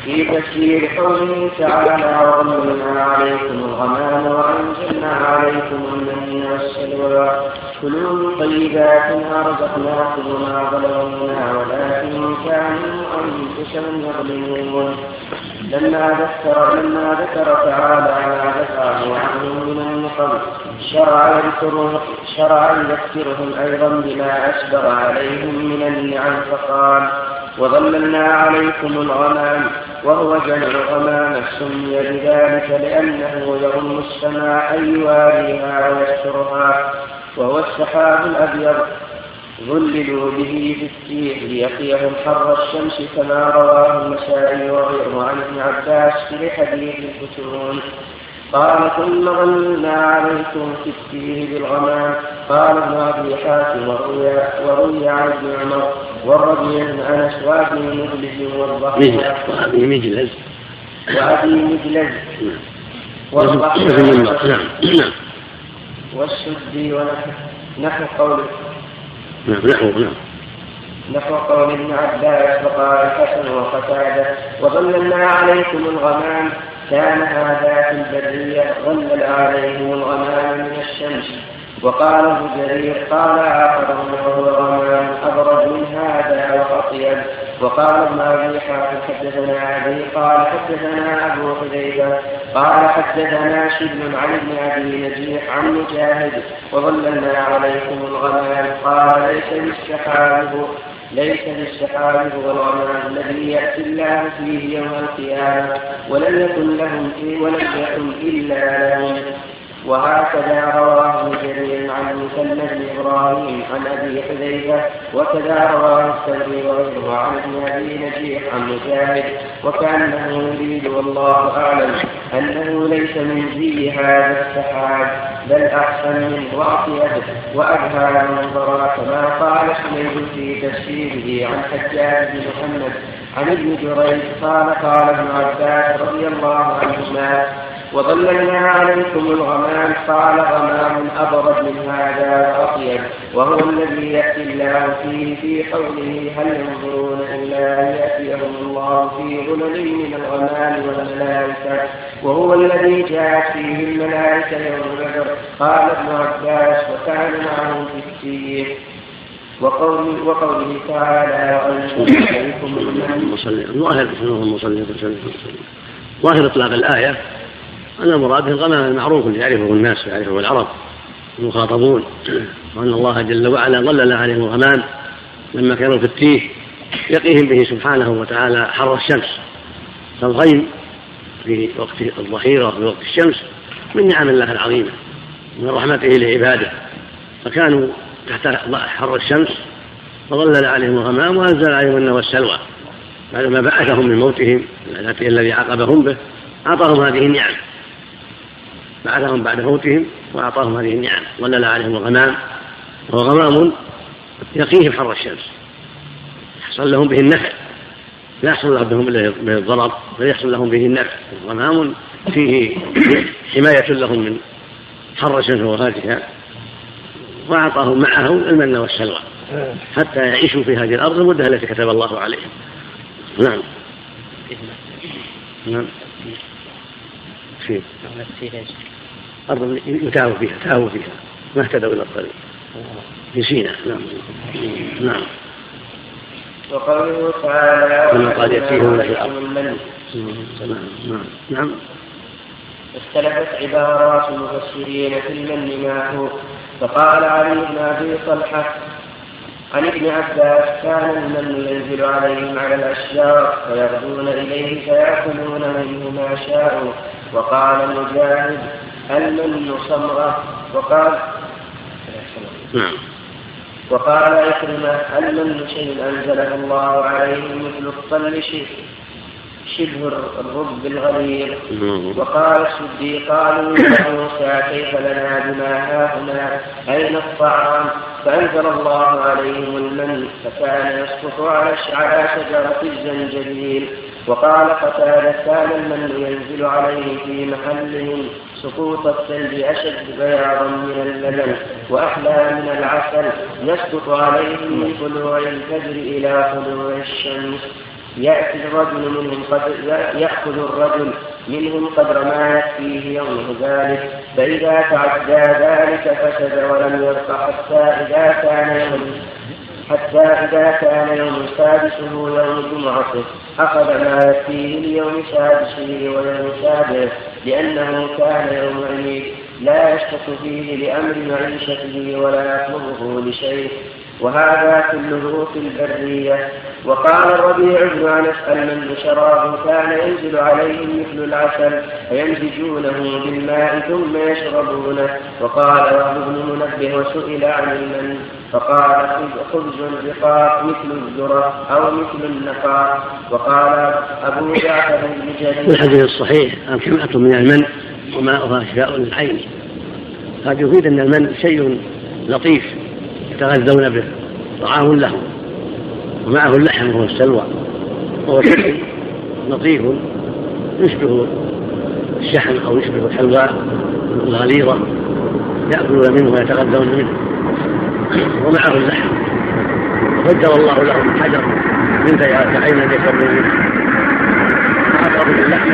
في تفسير قوله تعالى وظللنا عليكم الغمام وأنزلنا عليكم المن والسلوى كلوا من طيبات ما رزقناكم وما ظلمونا ولكن كانوا أنفسهم يظلمون. لما ذكر تعالى ما ذكره عنهم من النقم شرع يذكرهم أيضا بما أسبغ عليهم من النعم فقال وظللنا عليكم الغمام، وهو جمع غمام سمي بذلك لأنه يغم السماء أي يواريها ويسترها، وهو السحاب الأبيض ظللوا به في التيه ليقيهم حر الشمس كما رواه النسائي وغيره عن ابن عباس في حديث الفتون. قال ثم ظللنا عليكم في التيه بالغمام. قال ابن أبي حاتم وروي عن ابن عمر والربيع بن أنس وأبي مجلز والسدي ونحو قوله نحو قول ابن عباس وقال الحسن وقتادة وظللنا عليكم الغمام كان هذا في البرية ظلل عليهم الغمام من الشمس. وقال ابن جرير قال آخرون وهو غمام أبرد من هذا وأطيب. وقال ابن أبي حاتم حدثنا أبي قال حدثنا أبو حذيفة قال حدثنا شبل عن ابن أبي نجيح عن مجاهد وظللنا عليكم الغمام قال ليس بالسحاب والغمام الذي يأتي الله فيه يوم القيامة ولم يكن إلا لهم. وهكذا رواه ابن جرير عن مسلم بن إبراهيم عن أبي حذيفة وكذا رواه الثوري وغيره عن ابن أبي نجيح عن مجاهد وكأنه يريد والله أعلم أنه ليس من زي هذا السحاب بل أحسن منه وأطيب وأبهى منظرا كما قال حميد في تفسيره عن حجاج بن محمد عن ابن جريج قال ابن عباس رضي الله عنهما وظللنا عليكم الغمام قال غمام أبرد من هذا وأطيب وهو الذي يأتي الله فيه في قوله هل ينظرون إلا أن يأتيهم الله في ظلل من الغمام والملائكة وهو الذي جاءت فيه الملائكة يوم بدر. قال ابن عباس وكان معهم في التيه. وقوله تعالى وأنزلنا عليكم ظاهر إطلاق الآية أن المراد الغمام المعروف اللي يعرفه الناس ويعرفه العرب المخاطبون، وأن الله جل وعلا ظلل عليهم الغمام لما كانوا في التيه يقيهم به سبحانه وتعالى حر الشمس. فالغيم في وقت الظهيرة وفي وقت الشمس من نعم الله العظيمة من رحمته لعباده، فكانوا تحت حر الشمس فظلل عليهم الغمام وأنزل عليهم المن والسلوى بعدما بعثهم من موتهم الذي عاقبهم به أعطاهم هذه النعم، بعثهم بعد موتهم وأعطاهم هذه النعم ظلل عليهم الغمام، وهو غمام يقيهم حر الشمس يحصل لهم به النفع لا يحصل لهم به الضرر بل يحصل لهم به النفع. غمام فيه حماية لهم من حر الشمس وغازها، وأعطاهم معه المن والسلوى حتى يعيشوا في هذه الأرض المدة التي كتب الله عليهم. نعم في أرض يتاهوا فيها ما اهتدوا إلى الطريق في سيناء. نعم وقوله تعالى قد يأتيهم له الأرض. نعم اختلفت عبارات المفسرين في المن معه. فقال علي بن أبي طلحة عن ابن عباس كان المن ينزل عليهم على الأشجار فيغدون إليه فيأكلون منه ما شاءوا. وقال مجاهد المن صمرة. وقال عكرمة المن شيء أنزله الله عليه مثل الطل شبه الرب الغليظ. وقال السدي قالوا يا موسى كيف لنا بما هاهنا أين الطعام؟ فأنزل الله عليهم المن فكان يسقط على شجرة الزنجبيل. وقال قتادة كان المن ينزل عليه في محلهم سقوط الثلج أشد بياضا من اللبن وأحلى من العسل يسقط عليهم من طلوع الفجر إلى طلوع الشمس. يأخذ الرجل منهم قدر ما يكفيه يومه ذلك، فإذا تعدى ذلك فسد ولم يبق حتى إذا كان يوم سادسه يوم جمعته أخذ ما يكفيه اليوم سادسه ويوم سابعه، لأنه كان يوم عيد لا يشتك فيه لأمر معيشته ولا يطلبه لشيء، وهذا كله في البرية. وقال الربيع بن أنس المن شراب كان ينزل عليهم مثل العسل فيمزجونه بالماء ثم يشربونه. وقال وهب بن منبه وسئل عن المن فقال خبز الرقاق مثل الذرة أو مثل النقاء. وقال أبو جعفر بن جرير في الحديث الصحيح حمأة من المن وماؤها شفاء للعين. هذا يفيد أن المن شيء لطيف يتغذون به، طعام لهم، ومعه اللحم وهو السلوى، وهو شيء لطيف يشبه الشحم أو يشبه الحلوى الغليظة يأكلون منه ويتغذون منه، ومعه اللحم. وفجر الله لهم حجر من عين يشربون منه، أعطاه اللحم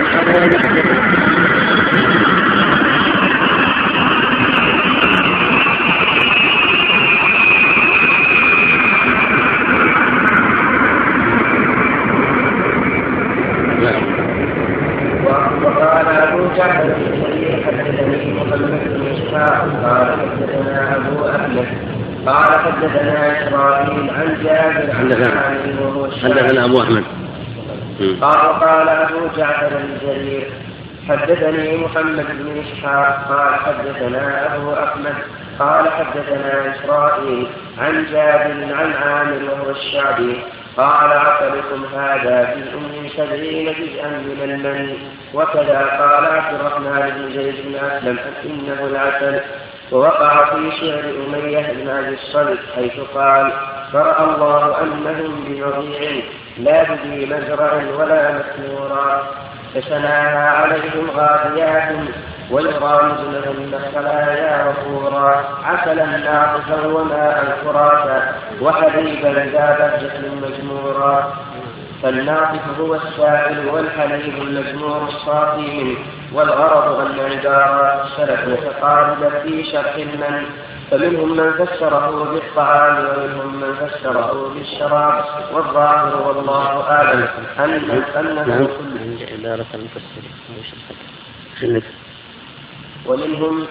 وقال أبو جعفر بن جرير حدثني محمد بن إسحاق قال حدثنا أبو أحمد قال حدثنا إسرائيل عن جابر حدثنا أبو أحمد قال أبو جعفر بن جرير حدثني محمد بن إسحاق قال حدثنا أبو أحمد قال حدثنا إسرائيل عن جابر عن عامر وهو الشعبي قال عقلكم هذا في 70 جزءا من المن. وكذا قال عبد الرحمن بن زيد بن أسلم إنه العسل. ووقع في شعر أمية بن أبي الصلت حيث قال فرأى الله أنهم بمضيع لا بذي مزرع ولا مسمورا فسناها عليهم غاديات ويرامزن لهن خلايا وفورا عسلا ناقصا وماء فراتا وحليبا ذا بهجة مجمورا. فالناقص هو السائل والحليب المجمور الصافي منه. والغرض أن عبارات السلف متقاربة في شرح المن، فمنهم من فسره بالطعام ومنهم من فسره بالشراب، والظاهر والله أعلم أنه كل عبارة المفسر ومنهم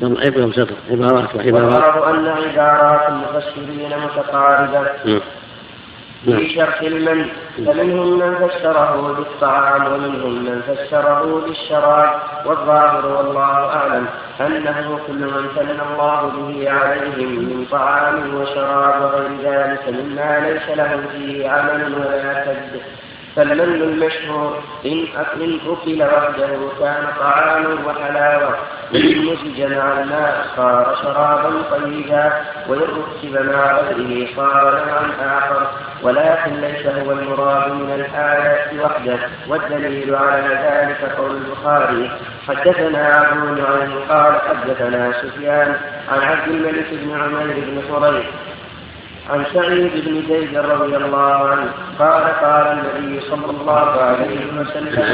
والغرض أن عبارات المفسرين متقاربة في شرح المن، فمنهم من فسره بالطعام ومنهم من فسره بالشراب، والظاهر والله أعلم أنه كل من ثنى الله به عليهم من طعام وشراب وغير ذلك مما ليس له فيه عمل ولا كد. فالمن المشهور إن أكل وحده كان طعاما وحلاوة، وإن مزج مع الماء صار شرابا طيبا، وإن ركب مع غيره صار نوعا آخر، ولكن ليس هو المراد من الآيات وحده. والدليل على ذلك قول البخاري حدثنا أبو نعيم قال حدثنا سفيان عن عبد الملك بن عمير بن حريث عن سعيد بن زيد رضي الله عنه قال قال النبي صلى الله عليه وسلم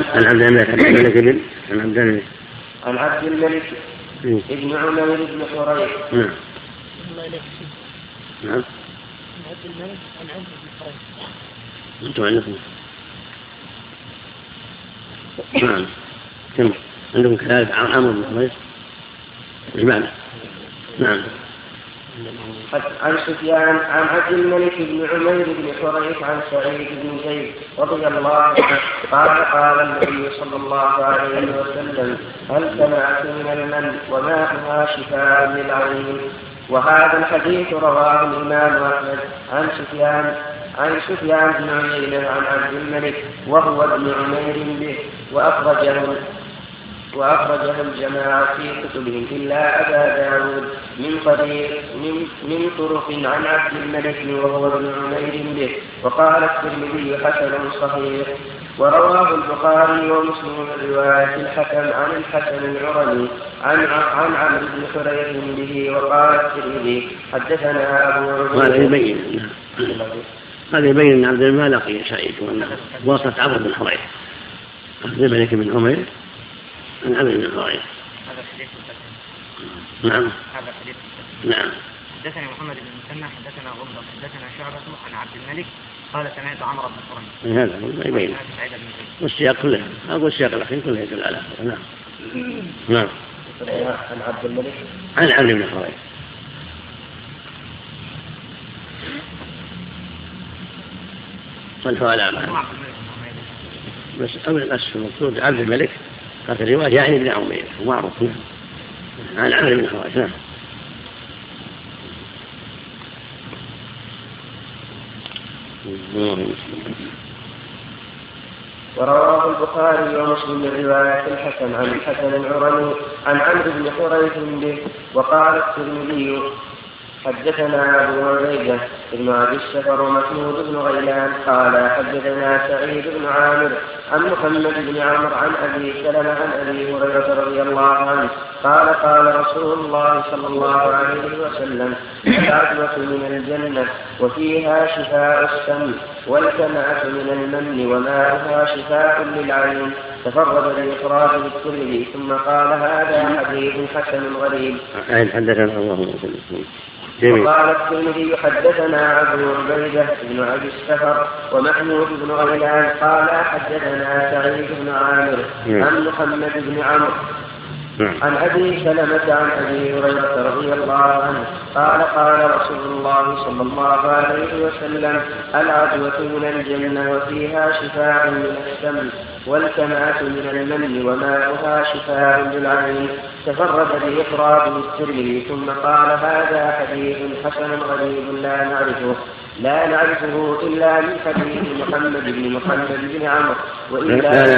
عن عبد الملك بن عمير بن حريث نعم عبد الملك عن عمرو بن حريث. أنتم عندكم نعم كم عندكم كذلك عمرو بن حريث إجمالا نعم. عن سفيان عن عبد الملك بن عمير بن حريث عن سعيد بن زيد رضي الله عنه قال قال النبي صلى الله عليه وسلم هل سمعت من المن وماءها شفاء للعين. وهذا الحديث رواه الإمام أحمد عن سفيان بن عمير عن عبد الملك وهو ابن عمير به، وأخرجه الجماعة في كتبهم إلا أبا داود من طرق عن عبد الملك وهو ابن عمير به. وقال الترمذي حسن صحيح. ورواه البخاري ومسلم من رواية الحكم عن الحسن العرني عن عمرو بن حريث به. وقال الترمذي حدثنا أبو عبيد هذا يبين أن عبد المال لقي سعيد وأنه وصلت عمرو بن حريث. عبد الملك بن عمير عن عمرو بن حريث. هذا حديث نعم. هذا حديث نعم. حدثنا محمد بن مسنى حدثنا غندر حدثنا شعبة عن عبد الملك قال سمعت عمرو بن حريث. هذا ما يبين. والسياق كله أقول السياق الأخير كله يدل على هذا. نعم. نعم. عن عبد الملك عن عمرو بن حريث. صلحوا على معه. بس أول الأسف المقصود عبد الملك قال الرواية يعني ابن عمير ومعروف عن عمرو بن حريث. نعم. ورواه البخاري ومسلم من رواية الحسن عن الحسن العرني عن عمرو بن حريث به. وقال الترمذي حدثنا أبو عبيدة بن أبي السفر ومحمود بن غيلان قال حدثنا سعيد بن عامر عن محمد بن عمرو عن أبي سلمة عن أبي هريرة رضي الله عنه قال قال رسول الله صلى الله عليه وسلم العدوة من الجنة وفيها شفاء السم والكمعة من المن وماؤها شفاء للعين. تفرد بإخراجه الترمذي ثم قال هذا حديث حسن غريب. حدثنا الله وسلم. وقال الترمذي حدثنا أبو عبيدة بن أبي السفر ومحمود بن غيلان قال حدثنا سعيد بن عامر عن محمد بن عمرو عن أبي سلمة عن أبي هريرة رضي الله عنه قال قال رسول الله صلى الله عليه وسلم العدوة من الجنة وفيها شفاء من السم والكمعة من المن وماؤها شفاء للعين. تفرد بإخراجه الترمذي ثم قال هذا حديث حسن غريب لا نعرفه إلا من حديث محمد بن عمرو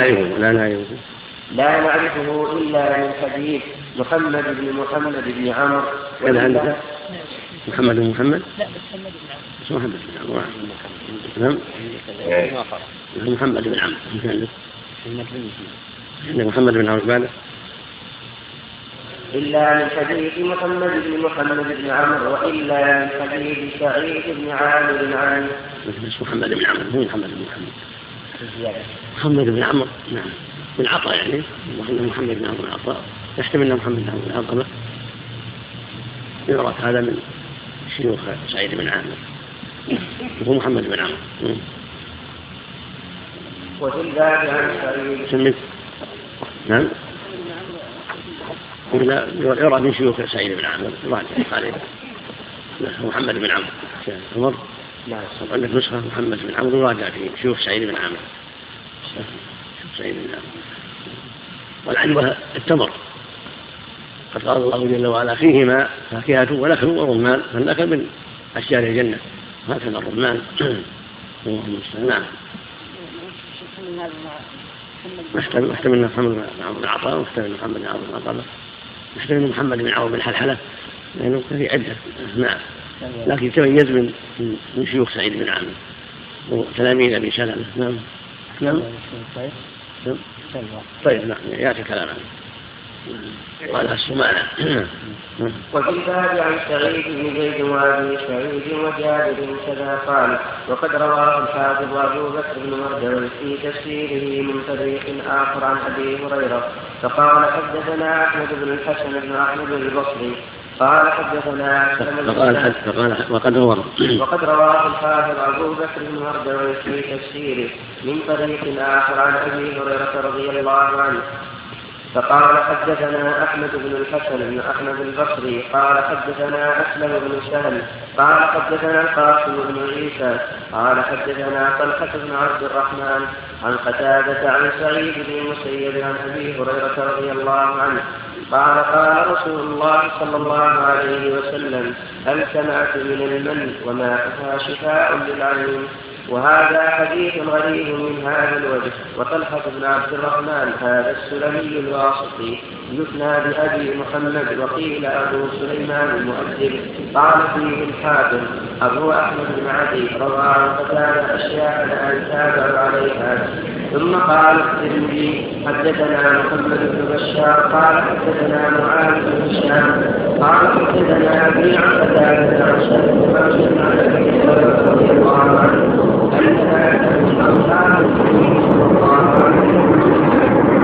لا نعرفه إلا من حديث محمد بن عمرو. عندك محمد بن محمد؟ لا محمد بن عمرو. اسمه محمد بن عمرو. نعم. محمد بن عمرو. عندك محمد بن عمرو بعده؟ إلا من حديث محمد بن عمرو وإلا من حديث سعيد بن عامر عنه. محمد بن عمرو هو محمد بن عمرو. نعم. من عطاء يعني محمد بن عمرو العطاء يحتمل محمد بن عمرو العطاء يعرف هذا من شيوخ سعيد بن عامر وهو محمد بن عمرو. وفي الباب عن سعيد نعم يعرف من شيوخ سعيد بن عامر راجع محمد بن عمرو. نعم. عندك نسخة محمد بن عمرو راجع في شيوخ سعيد بن عامر. والعنوة التمر قد قال الله جل وعلا فيهما فاكهة ونخل ورمان فالنخل من أشجار الجنة هكذا الرمان. نعم. محتمل محمد بن عمرو بن عطاء محتمل محمد بن عمرو بن عطاء محتمل محمد بن عمرو بن حلحلة لأنه في عدة. نعم. لكن تميز من شيوخ سعيد بن عامر وتلاميذ أبي سلمة. نعم. نعم. طيب نعم يأتي كلام عنه. قال السمانة. وفي الباب عن سعيد بن زيد وابي سعيد وجابر كذا قال وقد رواه الحافظ أبو بكر بن مردوي في تفسيره من طريق آخر عن أبي هريرة فقال حدثنا أحمد بن الحسن بن أحمد البصري قال حدثنا وقد رواه الحافظ أبو بكر بن مردوي في تفسيره من طريق آخر عن أبي هريرة رضي الله عنه فقال حدثنا أحمد بن الحسن بن أحمد البصري قال حدثنا أسلم بن سهل قال حدثنا القاسم بن عيسى قال حدثنا طلحة بن عبد الرحمن عن قتادة عن سعيد بن المسيب عن أبي هريرة رضي الله عنه قال قال رسول الله صلى الله عليه وسلم الكمعة من المن وماؤها شفاء للعين. وهذا حديث غريب من هذا الوجه. وطلحة بن عبد الرحمن هذا السلمي الواسطي يثنى بأبي محمد وقيل أبو سليمان المؤدب قال فيه الحاكم أبو أحمد بن عدي روى عن قتادة أشياء لا يتابع عليها ثم قال الترمذي حدثنا محمد بن بشار قال حدثنا معاذ بن هشام قال حدثنا ابي عن قتادة عن شهر بن حوشب عن ابي هريرة رضي الله عنه انها من اصحاب النبي صلى الله عليه وسلم.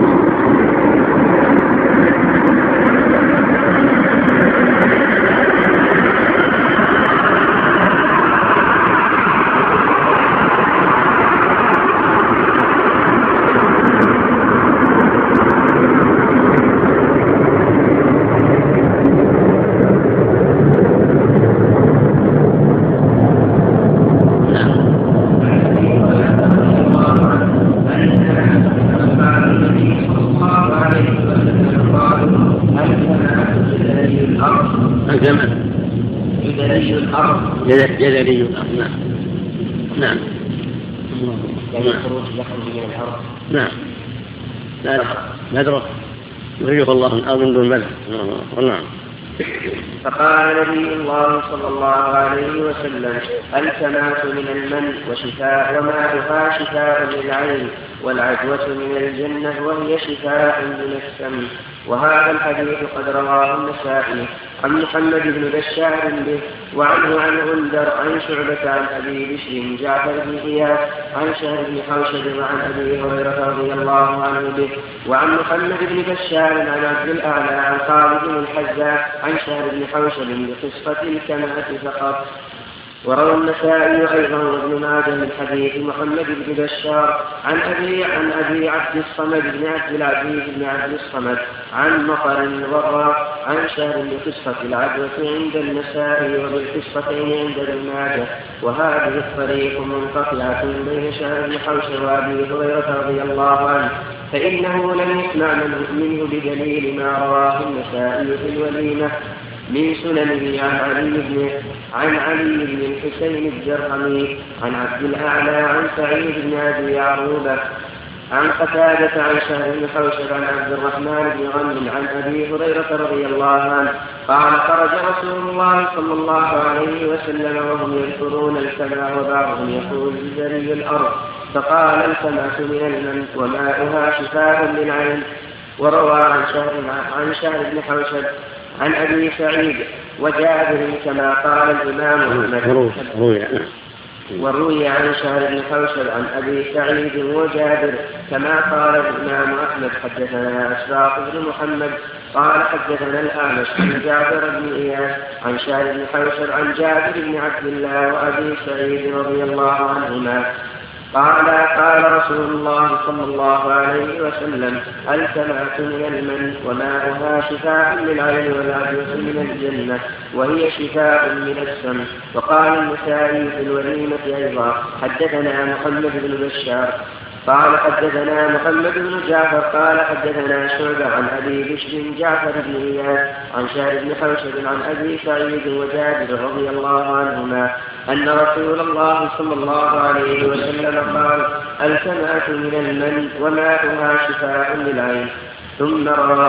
جذري الأرض. نعم. يعني الخروج يخرج من الأرض. نعم. لا بدره يخرجه الله من الأرض من دون بدر. نعم. فقال نبي الله صلى الله عليه وسلم الكماة من المن وشفاء وماؤها شفاء للعين والعدوة من الجنة وهي شفاء من السم. وهذا الحديث قد رواه النسائي عن محمد بن بشار به وعنه عن غندر عن شعبة عن أبي بشر جعفر بن إياس عن شهر بن حوشب وعن أبي هريرة رضي الله عنه به وعن محمد بن بشار عن عبد الأعلى عن خالد بن الحذاء عن شهر بن حوشب بقصة الكماة فقط. وروى النسائي أيضا وابن ماجه من حديث محمد بن بشار عن أبي عبد الصمد بن عبد العزيز بن عبد الصمد عن مطر الوراء عن شهر بقصة العدوة عند النسائي وبالقصتين عند ابن ماجه. وهذه الطريق منقطعة بين شهر بن حوشب وأبي هريرة رضي الله عنه فإنه لم يسمع منه بدليل ما رواه النسائي في الوليمة من سننه عن علي بن الحسين الجرمي عن عبد الأعلى عن سعيد بن أبي عروبة عن قتادة عن شهر بن حوشب عن عبد الرحمن بن غنم عن أبي هريرة رضي الله عنه قال خرج رسول الله صلى الله عليه وسلم وهم يذكرون الكماء وبعضهم يقول جذري الأرض فقال الكماة من المن وماؤها شفاء للعين. وروى عن شهر بن حوشب عن أبي سعيد وجابر كما قال الإمام أحمد وروي عن شهر بن حوشب عن أبي سعيد وجابر كما قال الإمام أحمد حدثنا أشراق بن محمد قال حدثنا الأعمش عن جابر بن إياس عن شهر بن حوشب عن جابر بن عبد الله وأبي سعيد رضي الله عنهما قال رسول الله صلى الله عليه وسلم الكماة من المن وماؤها شفاء للعين والعدوة من الجنة وهي شفاء من السم. وقال النسائي في الوليمة أيضا حدثنا محمد بن بشار قال حدثنا محمد بن جعفر قال حدثنا شعبة عن أبي بشر جعفر بن إياس عن شهر بن حوشب عن أبي سعيد وجابر رضي الله عنهما أن رسول الله صلى الله عليه وسلم قال الكماة من المن وماؤها شفاء للعين. ثم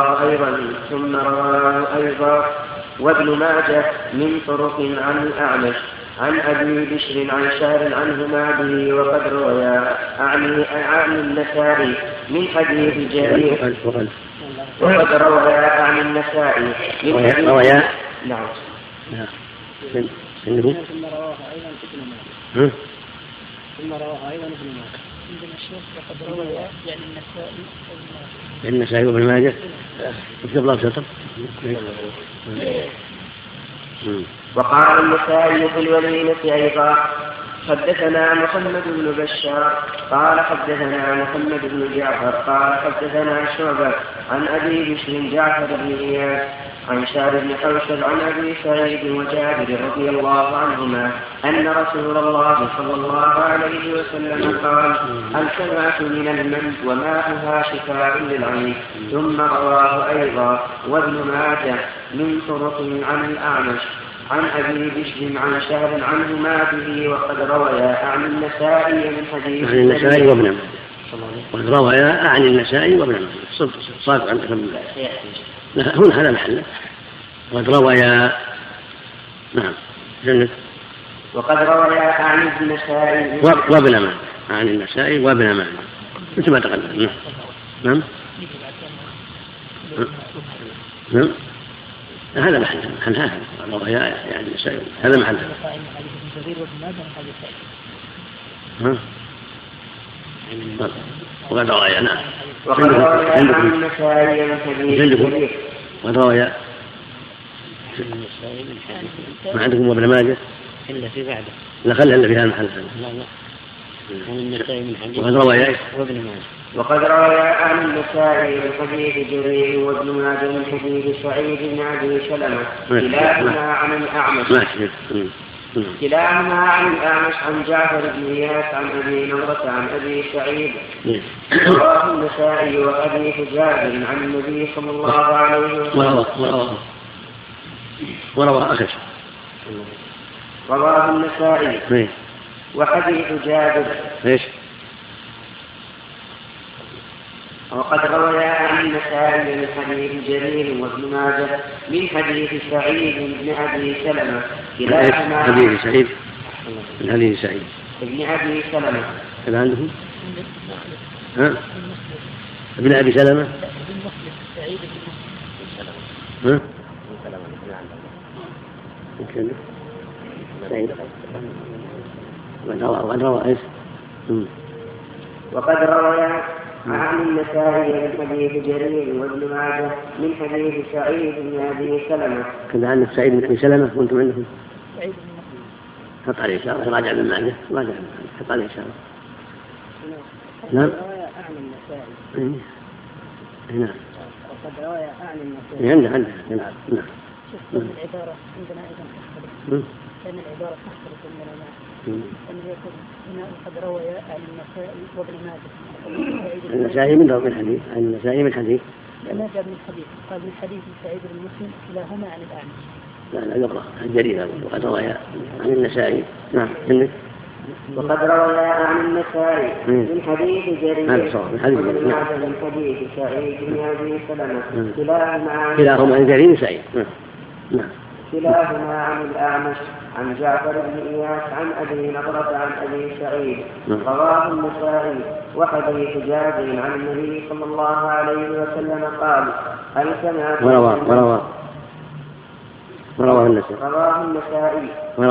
رواه أيضا وابن ماجه من طرق عن الأعمش عن أبي بشر عن شهر عنهما به وقد رويا عن النسائي من حديث جرير وقد رويا عن النسائي من حديث نعم ثم رواه أيضا ابن ماجه عندنا الشيخ وقد رويا يعني النسائي وابن ماجه اكتب الله بسطر. وقال النسائي في الوليمة أيضا حدثنا محمد بن بشار قال حدثنا محمد بن جعفر قال حدثنا شعبة عن أبي بشر جعفر بن إياس عن شهر بن حوشب عن أبي سعيد وجابر رضي الله عنهما أن رسول الله صلى الله عليه وسلم قال الكماة من المن وماؤها شفاء للعين. ثم رواه أيضا وابن ماجه من طرق عن الأعمش عن أبي بشر عن شهر عنهما به وقد رويا عن النسائي من حديث عن النسائي وابن ماجه وقد رويا عن النسائي وابن ماجه صادق عن هنا هذا محله وقد رويا نعم جنة وقد رويا عن النسائي وابن ماجه عن النسائي وابن ماجه مثل ما تقدم. نعم نعم هذا محلها يعني هذا محلها. وقد رواية نعم عندكم وقد رواية ما عندكم وابن ماجه إلا في بعده لا خلها إلا في هذا المحل. وقد رواية وابن ماجه وقد روى عن النسائي من حديث جرير وابن ماجه من حديث سعيد بن أبي سلمة كلاهما عن الأعمش عن جعفر بن إياس عن أبي نضرة عن أبي سعيد. رواه النسائي وحديث جابر عن النبي صلى الله عليه وسلم. رواه النسائي وحديث جابر. وقد روى عن النسائي من حديث جرير وابن ماجه من حديث سعيد بن أبي سلمة كلاهما حديث سعيد من حديث سعيد بن أبي سلمة. هل عندكم؟ ابن أبي سلمة وقد روى عن النسائي من حديث جرير وابن ماجه من حديث سعيد بن أبي سلمة. كذا عندك سعيد بن أبي سلمة وأنتم عندكم؟ حط عليه إشارة راجع من ماجه حط عليه إشارة. نعم نعم وقد روى عن النسائي عنده نعم. العبارة عندنا أيضا تختلف لأن العبارة تختلف عندنا أن يكون هنا قد روى عن النسائي وابن ماجه. النسائي من حديث النسائي من حديث لما جاء من حديث قال من حديث سعيد بن مسلم كلاهما عن الأعمش. لا يقرأ الجرير وقد روى عن النسائي. نعم وقد روى عن النسائي من حديث جرير من حديث سعيد بن أبي سلمة كلاهما عن جرير سعيد. نعم كلاهما عن الأعمش عن جعفر بن إياس عن أبي نضرة عن أبي سعيد. رواه النسائي وحديث جابر عن النبي صلى الله عليه وسلم قال هل سمعت رواه النسائي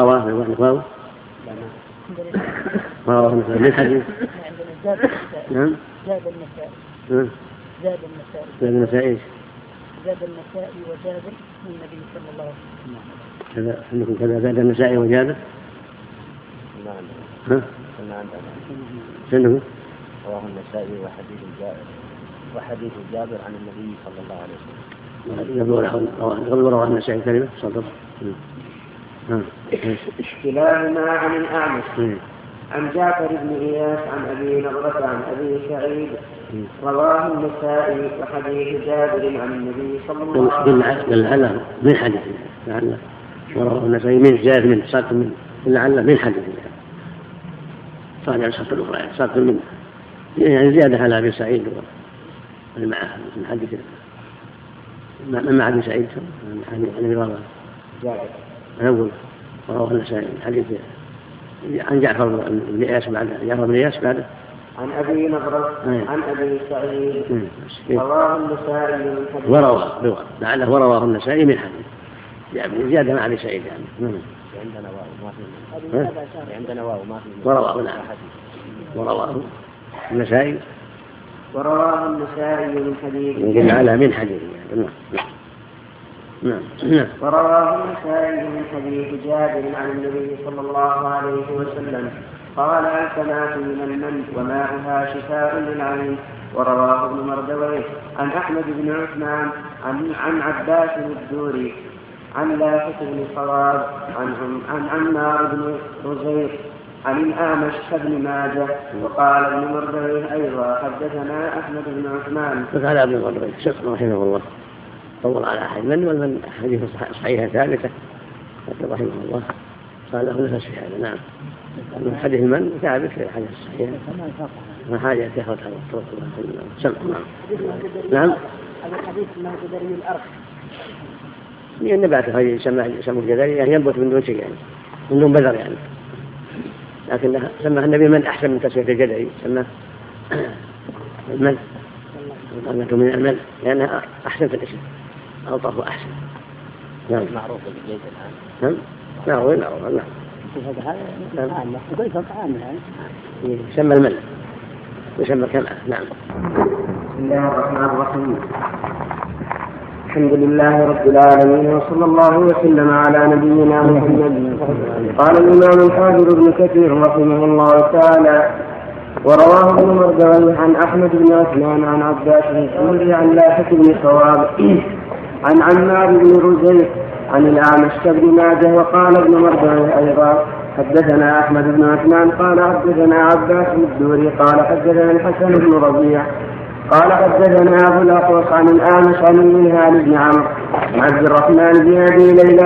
من حديث نعم زاد النسائي وجابر من النبي صلى الله عليه وسلم. عندكم كذا زاد النسائي وجابر؟ نعم. شنو؟ رواه النسائي وحديث جابر عن النبي صلى الله عليه وسلم. قبل رواه النسائي كلمة صدق. كلاهما عن الأعمش عن جعفر بن إياس عن أبي نضرة عن أبي سعيد. رواه النسائي وحديث جابر عن النبي صلى الله عليه وسلم. من حديث لعله ورواه النسائي من زاد من صارت من لعله من حديث صار الشرط الأخرى صارت من يعني زيادة على أبي سعيد معه من حديث مع أبي سعيد عن أبي رواه أقول ورواه النسائي حديث عن جعفر بن إياس بعده عن أبي نضرة عن أبي سعيد. رواه النسائي من حديث لعله ورواه النسائي من حديث يعني زيادة مع أبي سعيد يعني. عندنا واو ما في ورواه النسائي من حديث يقول على من حديث يعني. نعم. ورواه النسائي من حديث جابر عن النبي صلى الله عليه وسلم قال الكمات من المن وماؤها شفاء للعين. ورواه ابن مردويه عن أحمد بن عثمان عن عباس الدوري عن لافت بن صواب عن عمار بن رزيق عن الأعمش بن ماجه. وقال ابن مردويه أيضا حدثنا أحمد بن عثمان. فقال ابن مردويه شيخ رحمه الله طول على أحد من حديث صحيحة ثابتة رحمه الله قال له نفس في هذا. نعم من حديث من ثابت في الحديث الصحيح ما حاجة تأخذ هذا نعم الحديث ما تدري من الأرض من نباته يسمى الجذري يعني ينبت من دون شيء يعني من دون بذر يعني لكن سماه النبي من أحسن من تسمية الجذري سماه المل الغمة من المل لأنها أحسن في الاسم ألطف وأحسن. نعم معروف بالجيد الآن. نعم معروف نعم هذا عامة وقيفة عامة يعني يسمى المل يسمى كمأة. نعم. بسم الله الرحمن الرحيم. الحمد لله رب العالمين وصلى الله وسلم على نبينا محمد. قال الإمام الحافظ ابن كثير رحمه الله تعالى: ورواه ابن مردويه عن أحمد بن عثمان عن عباس بن سوري عن لاحق بن صواب عن عمار بن رزيق عن الأعمش بن ماجه. وقال ابن مردويه أيضا: حدثنا أحمد بن عثمان قال حدثنا عباس بن الدوري قال حدثنا الحسن بن ربيع قال حدثنا أبو الأقوص عن الأعمش عن المنهال بن عمرو عن عبد الرحمن بن أبي ليلى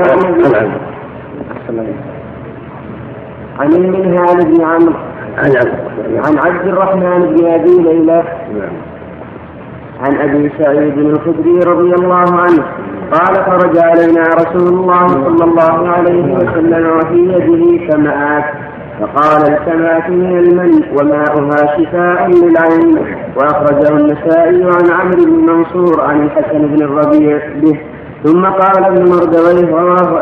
عن المنهال بن عمرو عن عبد الرحمن بن أبي ليلى عن أبي سعيد الخدري رضي الله عنه قال: خرج علينا رسول الله صلى الله عليه وسلم وفي يده كمآت فقال: الكمآت من المن وماؤها شفاء للعين. وأخرجه النسائي عن عمرو بن منصور عن الحسن بن الربيع به. ثم قال ابن مردويه رواه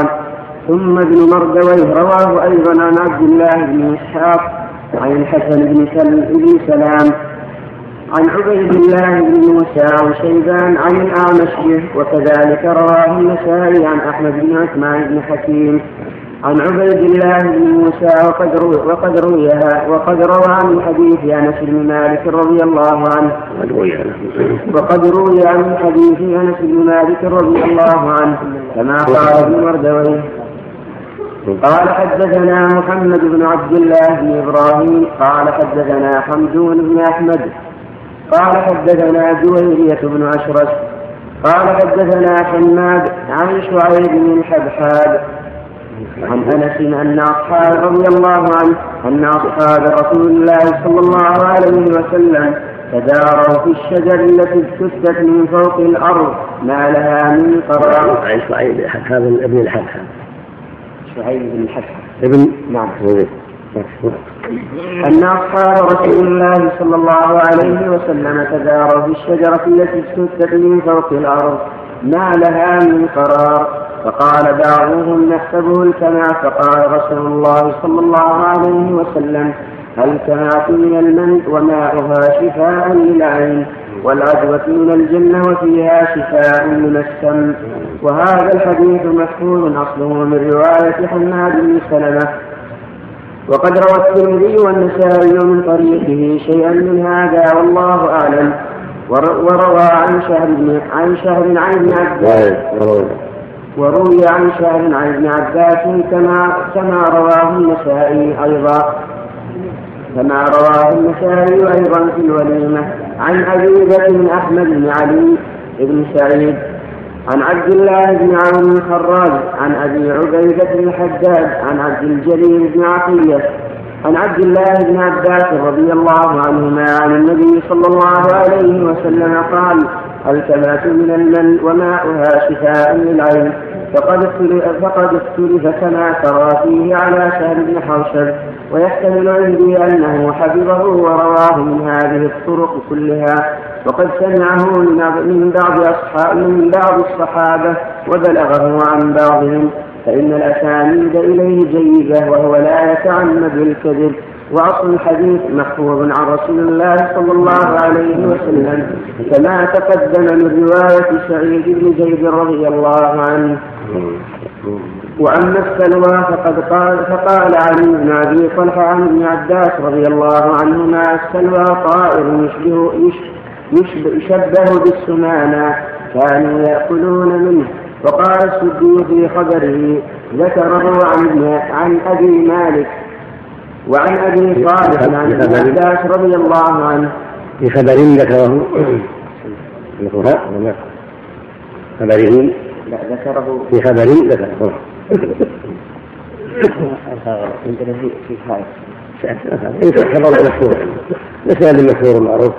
أيضا عن عبد الله بن إسحاق عن الحسن بن سلام عن عبيد الله بن موسى عن شيبان عن الأعمش به. وكذلك رواه النسائي عن أحمد بن عثمان بن حكيم عن عبيد الله بن موسى وقد روى عن حديث أنس بن مالك رضي الله عنه كما قال ابن مردويه. قال: حدثنا محمد بن عبد الله بن إبراهيم قال حدثنا حمدون بن أحمد قال حدثنا جويرية بن أشرس قال حدثنا حماد عن شعيب بن الحبحاب عن أنس أن أصحاب رضي الله عنه أن أصحاب رسول الله صلى الله عليه وسلم تداروا في الشجر التي اجتثت من فوق الأرض ما لها من قرار. عن شعيب ابن الحبحاب. شعيب بن الحبحاب ابن نعم. أن أصحاب رسول الله صلى الله عليه وسلم تداروا في الشجرة التي اجتثت من فوق الأرض ما لها من قرار. فقال بعضهم: نحسبه الكماء. فقال رسول الله صلى الله عليه وسلم: الكماء من المن وماؤها شفاء للعين والعدوة من الجنة وفيها شفاء من السم. وهذا الحديث محفوظ أصله من رواية حماد بن سلمة. وقد روى الترمذي والنسائي من طريقه شيئا من هذا والله أعلم. وروى عن شهر عن ابن عباس وروي عن شهر عن ابن عباس كما رواه النسائي أيضا في الوليمة عن أبي بكر أحمد بن علي بن سعيد عن عبد الله بن عون الخراج عن أبي عبيدة بن الحداد عن عبد الجليل بن عطية عن عبد الله بن عباس رضي الله عنهما عن النبي صلى الله عليه وسلم قال: الكماة من المن وماؤها شفاء للعين. فقد اختلف كما ترى فيه على سهل بن حوشب، ويحتمل عندي أنه حفظه ورواه من هذه الطرق كلها، وقد سمعه من بعض الصحابة وبلغه عن بعضهم، فإن الأسانيد إليه جيدة وهو لا يتعمد الكذب. وأصل الحديث محفوظ عن رسول الله صلى الله عليه وسلم كما تقدم من رواية سعيد بن زيد رضي الله عنه. وأما السلوى فقال علي بن أبي طلحة عن ابن عباس رضي الله عنهما: السلوى طائر يشبه بالسمانة كانوا يأكلون منه. وقال السدي في خبره ذكره عن أبي مالك وعن أبي صالح عن ابن عباس رضي الله عنه في خبر ذكره ذكره في خبر ذكره عندنا في هذا خبر مشهور مثال مشهور معروف.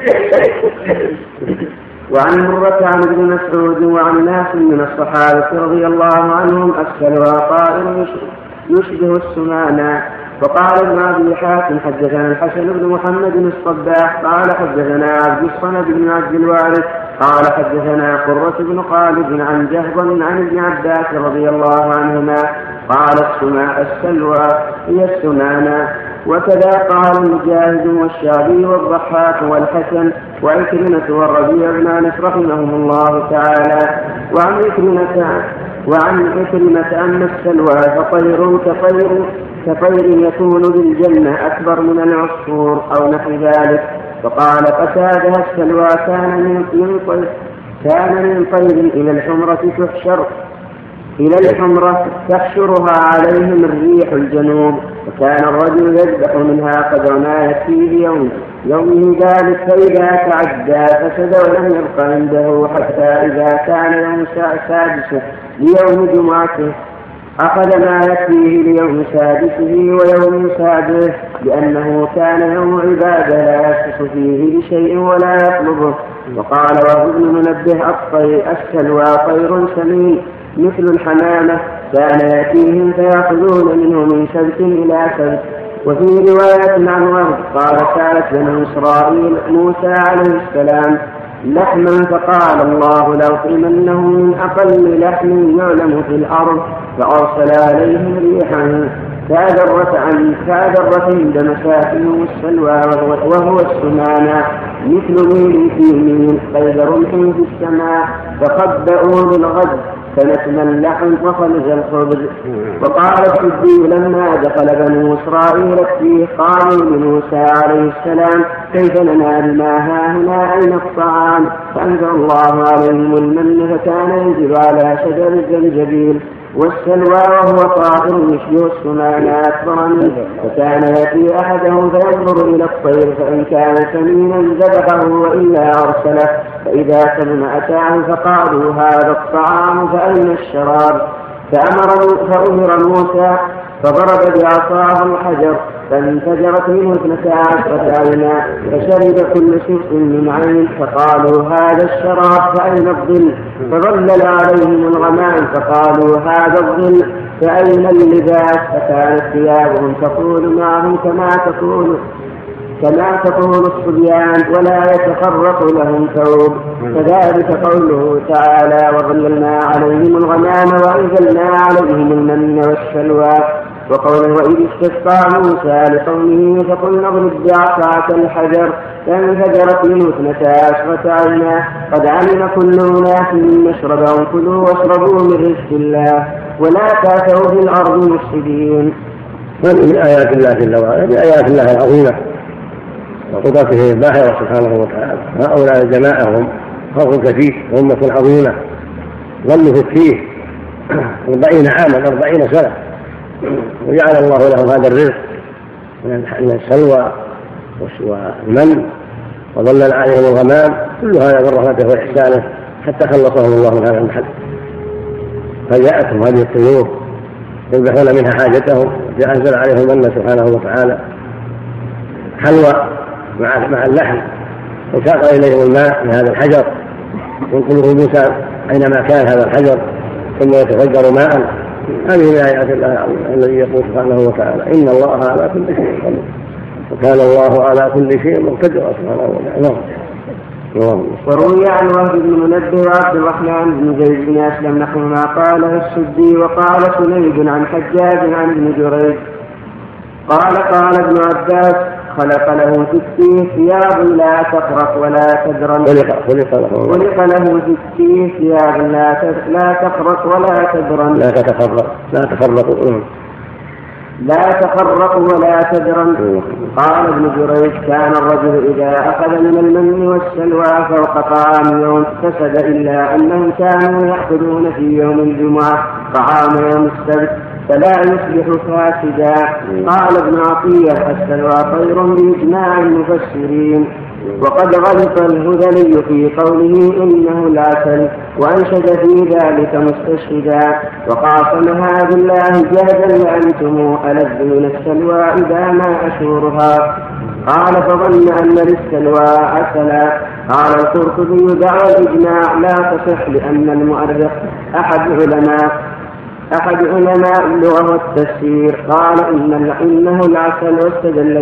وعن مرة عن ابن مسعود وعن ناس من الصحابة رضي الله عنهم: السلوى طائر يشبه السمانة وقال ابن أبي حاتم حدثنا الحسن بن محمد الصباح قال حدثنا عبد الصمد بن عبد الوارث قال حدثنا قرة بن خالد عن جهضم عن ابن عباس رضي الله عنهما قال السلوى هي السنانة. وكذا قال المجاهد والشعبي والضحاك والحسن وعكرمة والربيع بن أنس رحمهم الله تعالى. وعن عكرمة أن السلوى فطير كطير يكون بالجنة أكبر من العصفور أو نحو ذلك. فقال قتادة السلوى كان من طير إلى الحمرة تحشرها عليهم الريح الجنوب. وكان الرجل يذبح منها قدر ما يكفيه يومه ذلك فإذا تعدى فسد ولم يبق عنده حتى إذا كان يوم سادسه ليوم جمعته أخذ ما يكفيه ليوم سادسه ويوم سابعه لأنه كان يوم عبادة لا يسقط فيه بشيء ولا يطلبه. وقال وهو ابن منبه السلوى طير سمين مثل الحمامة كان يأتيهم فيأخذون منه من سبت إلى سبت. وفي رواية عن وهب قال كانت بنو إسرائيل موسى عليه السلام لحما فقال الله لأطعمنهم من أقل لحم يعلم في الأرض فأرسل عليهم ريحا فأدرت عند مساكنهم السلوى وهو السمانة مثل ميل في ميل قيد رمح في السماء فخبأوا بالغد فنتم اللحم وخلج الخبز. وقال السدي لما دخل بنو إسرائيل فيه قالوا لموسى عليه السلام كيف لنا بما هاهنا أين الطعام؟ فأنزل الله عليهم المن فكان ينزل على شجر الزنجبيل والسلوى وهو طائر يشبه السمانة أكبر منه. فكان يأتي أحدهم فينظر إلى الطير فإن كان سمينا ذبحه وإلا أرسله فإذا سلم أتاه فقالوا هذا الطعام فأين الشراب؟ فأمر موسى فضرب بعصاه الحجر فانفجرت منه 12 عينا فشرب كل شرق من عين فقالوا هذا الشراب فأين الظل؟ فظلل عليهم الغمام فقالوا هذا الظل فأين اللباس؟ فكانت ثيابهم تقول معهم كما تقول الصبيان ولا يتفرق لهم ثوب. فذلك قوله تعالى وظللنا عليهم الغمام وأنزلنا عليهم المن والسلوى. وقوله وإذ استسقى موسى لقومه فقلنا اضرب بعصاك الحجر فانفجرت منه 12 عينا قد علم كل أناس مشربهم كلوا واشربوا من رزق الله ولا تعثوا في الأرض مفسدين. هذه من آيات الله جل وعلا بآيات الله العظيمة وقدرته الباهرة سبحانه وتعالى. هؤلاء الجماعة هم خلق كثير وأمة عظيمة ظلوا في التيه 40 عاما 40 سنة وجعل الله لهم هذا الرزق من السلوى والمن وظلل عليهم الغمام كل هذا من رحمته وإحسانه حتى خلصهم الله من هذا المحل. فجاءتهم هذه الطيور يذبحون منها حاجتهم فأنزل عليهم المن سبحانه وتعالى حلوى مع اللحم وساق إليهم الماء من هذا الحجر ينقله موسى أينما كان هذا الحجر ثم يتفجر ماء. هذه من آيات الله الذي يقول سبحانه وتعالى إن الله على كل شيء قدير وكان الله على كل شيء مقتدرا سبحانه وتعالى. وروي عن وهب بن منبه وعبد الرحمن بن زيد بن أسلم نحو ما قاله السدي. وقال سليم عن حجاج عن ابن جريج قال ابن عباس خلق له 60 ثياب لا تخرق ولا تدرن. خلق له 60 ثياب لا تخرق ولا تدرن. لا تخرق ولا تدرن. قال ابن جريج كان الرجل إذا أخذ من المن والسلوى فوق طعام يوم فسد إلا أنهم كانوا يأخذون في يوم الجمعة طعام يوم السبت فلا يصبح فاسدا. قال ابن عطية السلوى طير بإجماع المفسرين. وقد غلط الهذلي في قوله إنه العسل وأنشد في ذلك مستشهدا وقاسمها بالله جهدا لأنتم ألذ من السلوى إذا ما أشورها. قال فظن أن للسلوى عسلا. قال القرطبي دعوى الإجماع لا تصح لأن المؤرخ أحد علماء اللغة والتفسير قال إنه العسل، واستدل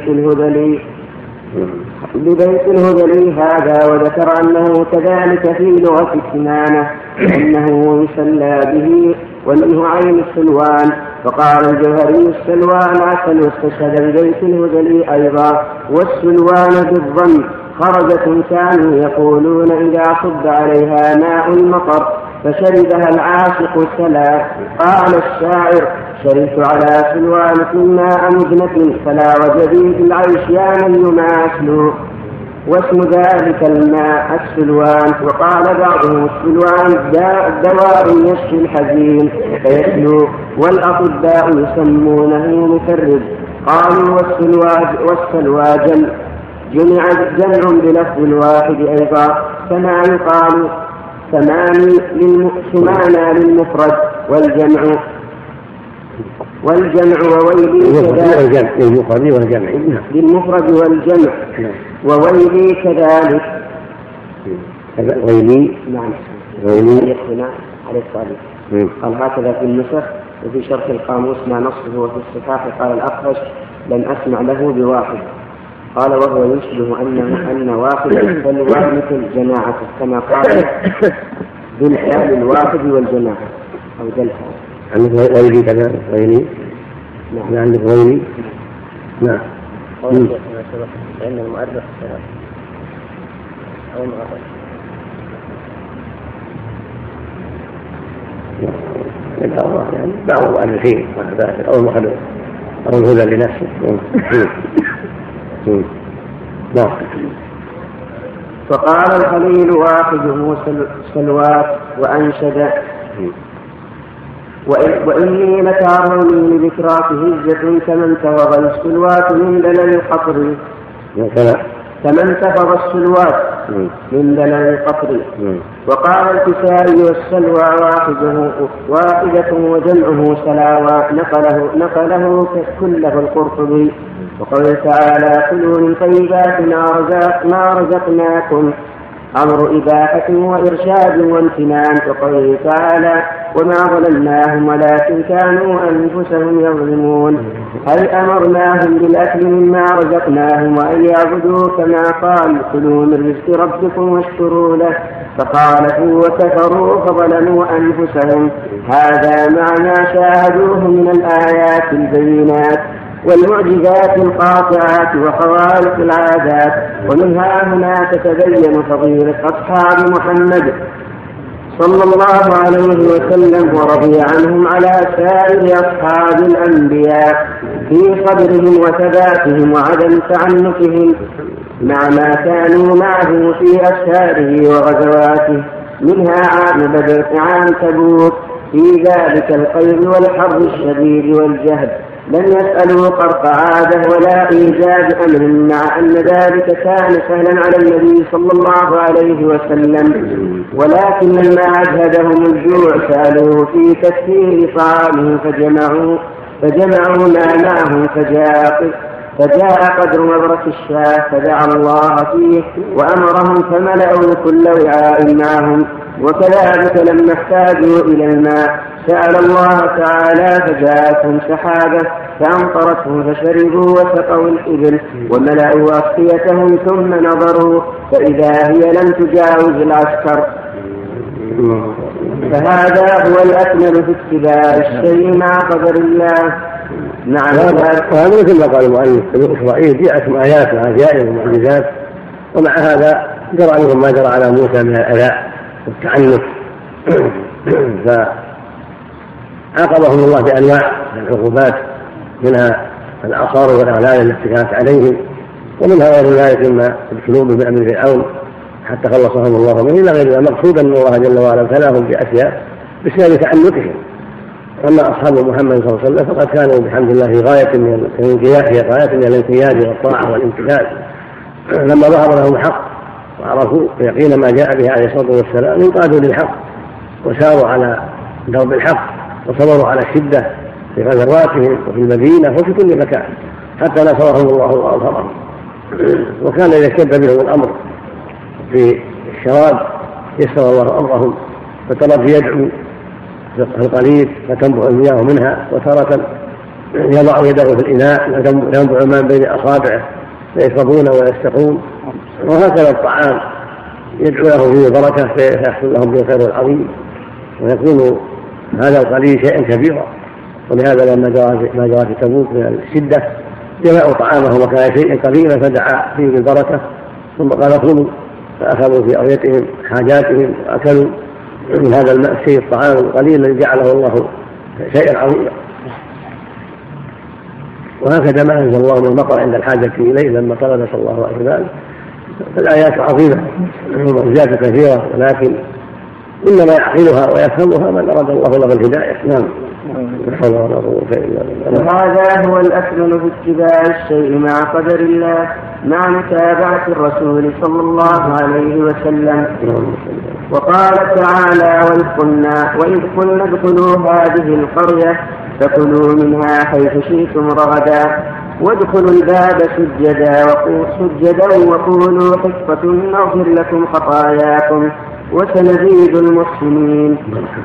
لبيت الهذلي هذا، وذكر أنه كذلك في لغة كنانة أنه يسلى به، ومنه عين السلوان. فقال الجوهري السلوان عسل، واستشهد ببيت الهذلي أيضا. والسلوان بالضم خرجة كانوا يقولون إذا صب عليها ماء المطر فشربها العاشق سلا. قال الشاعر: شربت على سلوان ماء مدنة فلا وجدي في العيش يا من يماثل، واسم ذلك الماء السلوان. وقال بعضهم السلوان دواء يشفي الحزين فيسلو، والأطباء يسمونه مفرد. قالوا والسلوى جمع بلفظ الواحد أيضا، كما يقال ثماني للمفرد والجمع وويلي للمفرد والجمع وويلي كذلك. ويلي نعم ويلي يقتنع على الصالح. قال هكذا في النسخ، وفي شرح القاموس ما نصه وفي الصحاح قال الأخرج لم أسمع له بواحد. قال وهو يشبه أن واحد فالواحد مثل جماعة، كما قال بالحال الواحد والجماعة أو دلها. عندك غيري كذلك غيري؟ نعم عندك غيري؟ نعم. لأن المؤرخ أو المؤرخ يعني بعض المؤرخين أو المؤرخ أو الهدى لنفسه. نعم. فقال الخليل واحده سلوات وأنشد: وإني لتعرضني لذكراك هزة كمن تفض السلوات من دلل القطر. كمن تفض السلوات من دلل القطر. وقال الكسائي: والسلوى واحدة وجمعه سلاوى، نقله كله القرطبي. وقال تعالى: كلوا من طيبات ما رزقناكم، أمر إباحة وإرشاد وامتنان. وقال تعالى: وما ظلمناهم ولكن كانوا أنفسهم يظلمون، هل أمرناهم بالأكل مما رزقناهم وأن يعبدوا كما قال: كلوا من رزق ربكم واشكروا له، فخالفوا وكفروا فظلموا أنفسهم. هذا مع ما شاهدوه من الآيات البينات والمعجزات القاطعات وخوارق العادات. ومنها هنا تتبين فضيلة أصحاب محمد صلى الله عليه وسلم ورضي عنهم على سائر أصحاب الأنبياء في صبرهم وثباتهم وعدم تعنتهم مع ما كانوا معه في أسفاره وغزواته، منها عام بدر عام تبوك في ذلك القيظ والحر الشديد والجهد. لم يسألوا قرق عادة ولا إيجاد أمر، مع أن ذلك كان سهلا على النبي صلى الله عليه وسلم، ولكن لما أجهدهم الجوع سألوه في تكثير طعامه فجمعوا ما معهم فجاء قدر مبرك الشاة فدعا الله فيه وأمرهم فملأوا كل وعاء معهم. وكذلك لما احتاجوا إلى الماء سأل الله تعالى فجاءتهم سحابة فأمطرتهم فشربوا وسقوا الإبل وملأوا أسقيتهم ثم نظروا فإذا هي لم تجاوز العسكر. فهذا هو الأكمل في اتباع الشيء مع قدر الله. وهذا مثل ما قال المؤلف: بني إسرائيل جاءتهم آيات وعجائب ومعجزات، ومع هذا جرى عليهم ما جرى على موسى من الأذى والتعنف، فعاقبهم الله بأنواع من العقوبات، منها العصار والأغلال التي كانت عليهم، ومنها غير ذلك مما ابتلوا بأمر فرعون حتى خلصهم الله منه، إلى غير ذلك. مقصودا أن الله جل وعلا ابتلاهم بأشياء بسبب تعنتهم. أما أصحاب محمد صلى الله عليه وسلم فقد كانوا بحمد الله في غاية من الانقياد والطاعة والامتثال. لما ظهر لهم الحق وعرفوا يقين ما جاء به عليه الصلاة والسلام انقادوا للحق وساروا على درب الحق وصبروا على الشدة في غزواتهم وفي المدينة وفي كل مكان حتى نصرهم الله وأظهرهم. وكان إذا اشتد بهم الأمر في الشراب يسر الله أمرهم، فترى يدعو القليل فتنبع المياه منها، وتارة يضع يده في الإناء ينبع الماء بين أصابعه فيشربون ويستقون. وهكذا الطعام يدعو له فيه البركة فيحصل لهم به الخير العظيم، ويكون هذا القليل شيئا كبيرا. ولهذا لما جاء في تبوك من الشدة جمعوا طعامهم وكان شيئا قليلا فدعا فيه بالبركة، ثم قال كلوا، فأخذوا في أريتهم حاجاتهم وأكلوا من هذا الماء الشيء الطعام القليل الذي جعله الله شيئا عظيما. وهكذا ما أنزل الله من المطر عند الحاجة إليه لما طلب صلى الله عليه وسلم. فالآيات عظيمة ومعجزات كثيرة، ولكن إنما يعقلها ويفهمها من أراد الله له الهداية. نعم. وهذا هو الأكمل في اتباع الشيء مع قدر الله مع متابعة الرسول صلى الله عليه وسلم. وقال تعالى: وإذ قلنا ادخلوا هذه القرية فكلوا منها حيث شئتم رغدا وادخلوا الباب سجدا وقولوا حطة نغفر لكم خطاياكم وسنزيد المحسنين.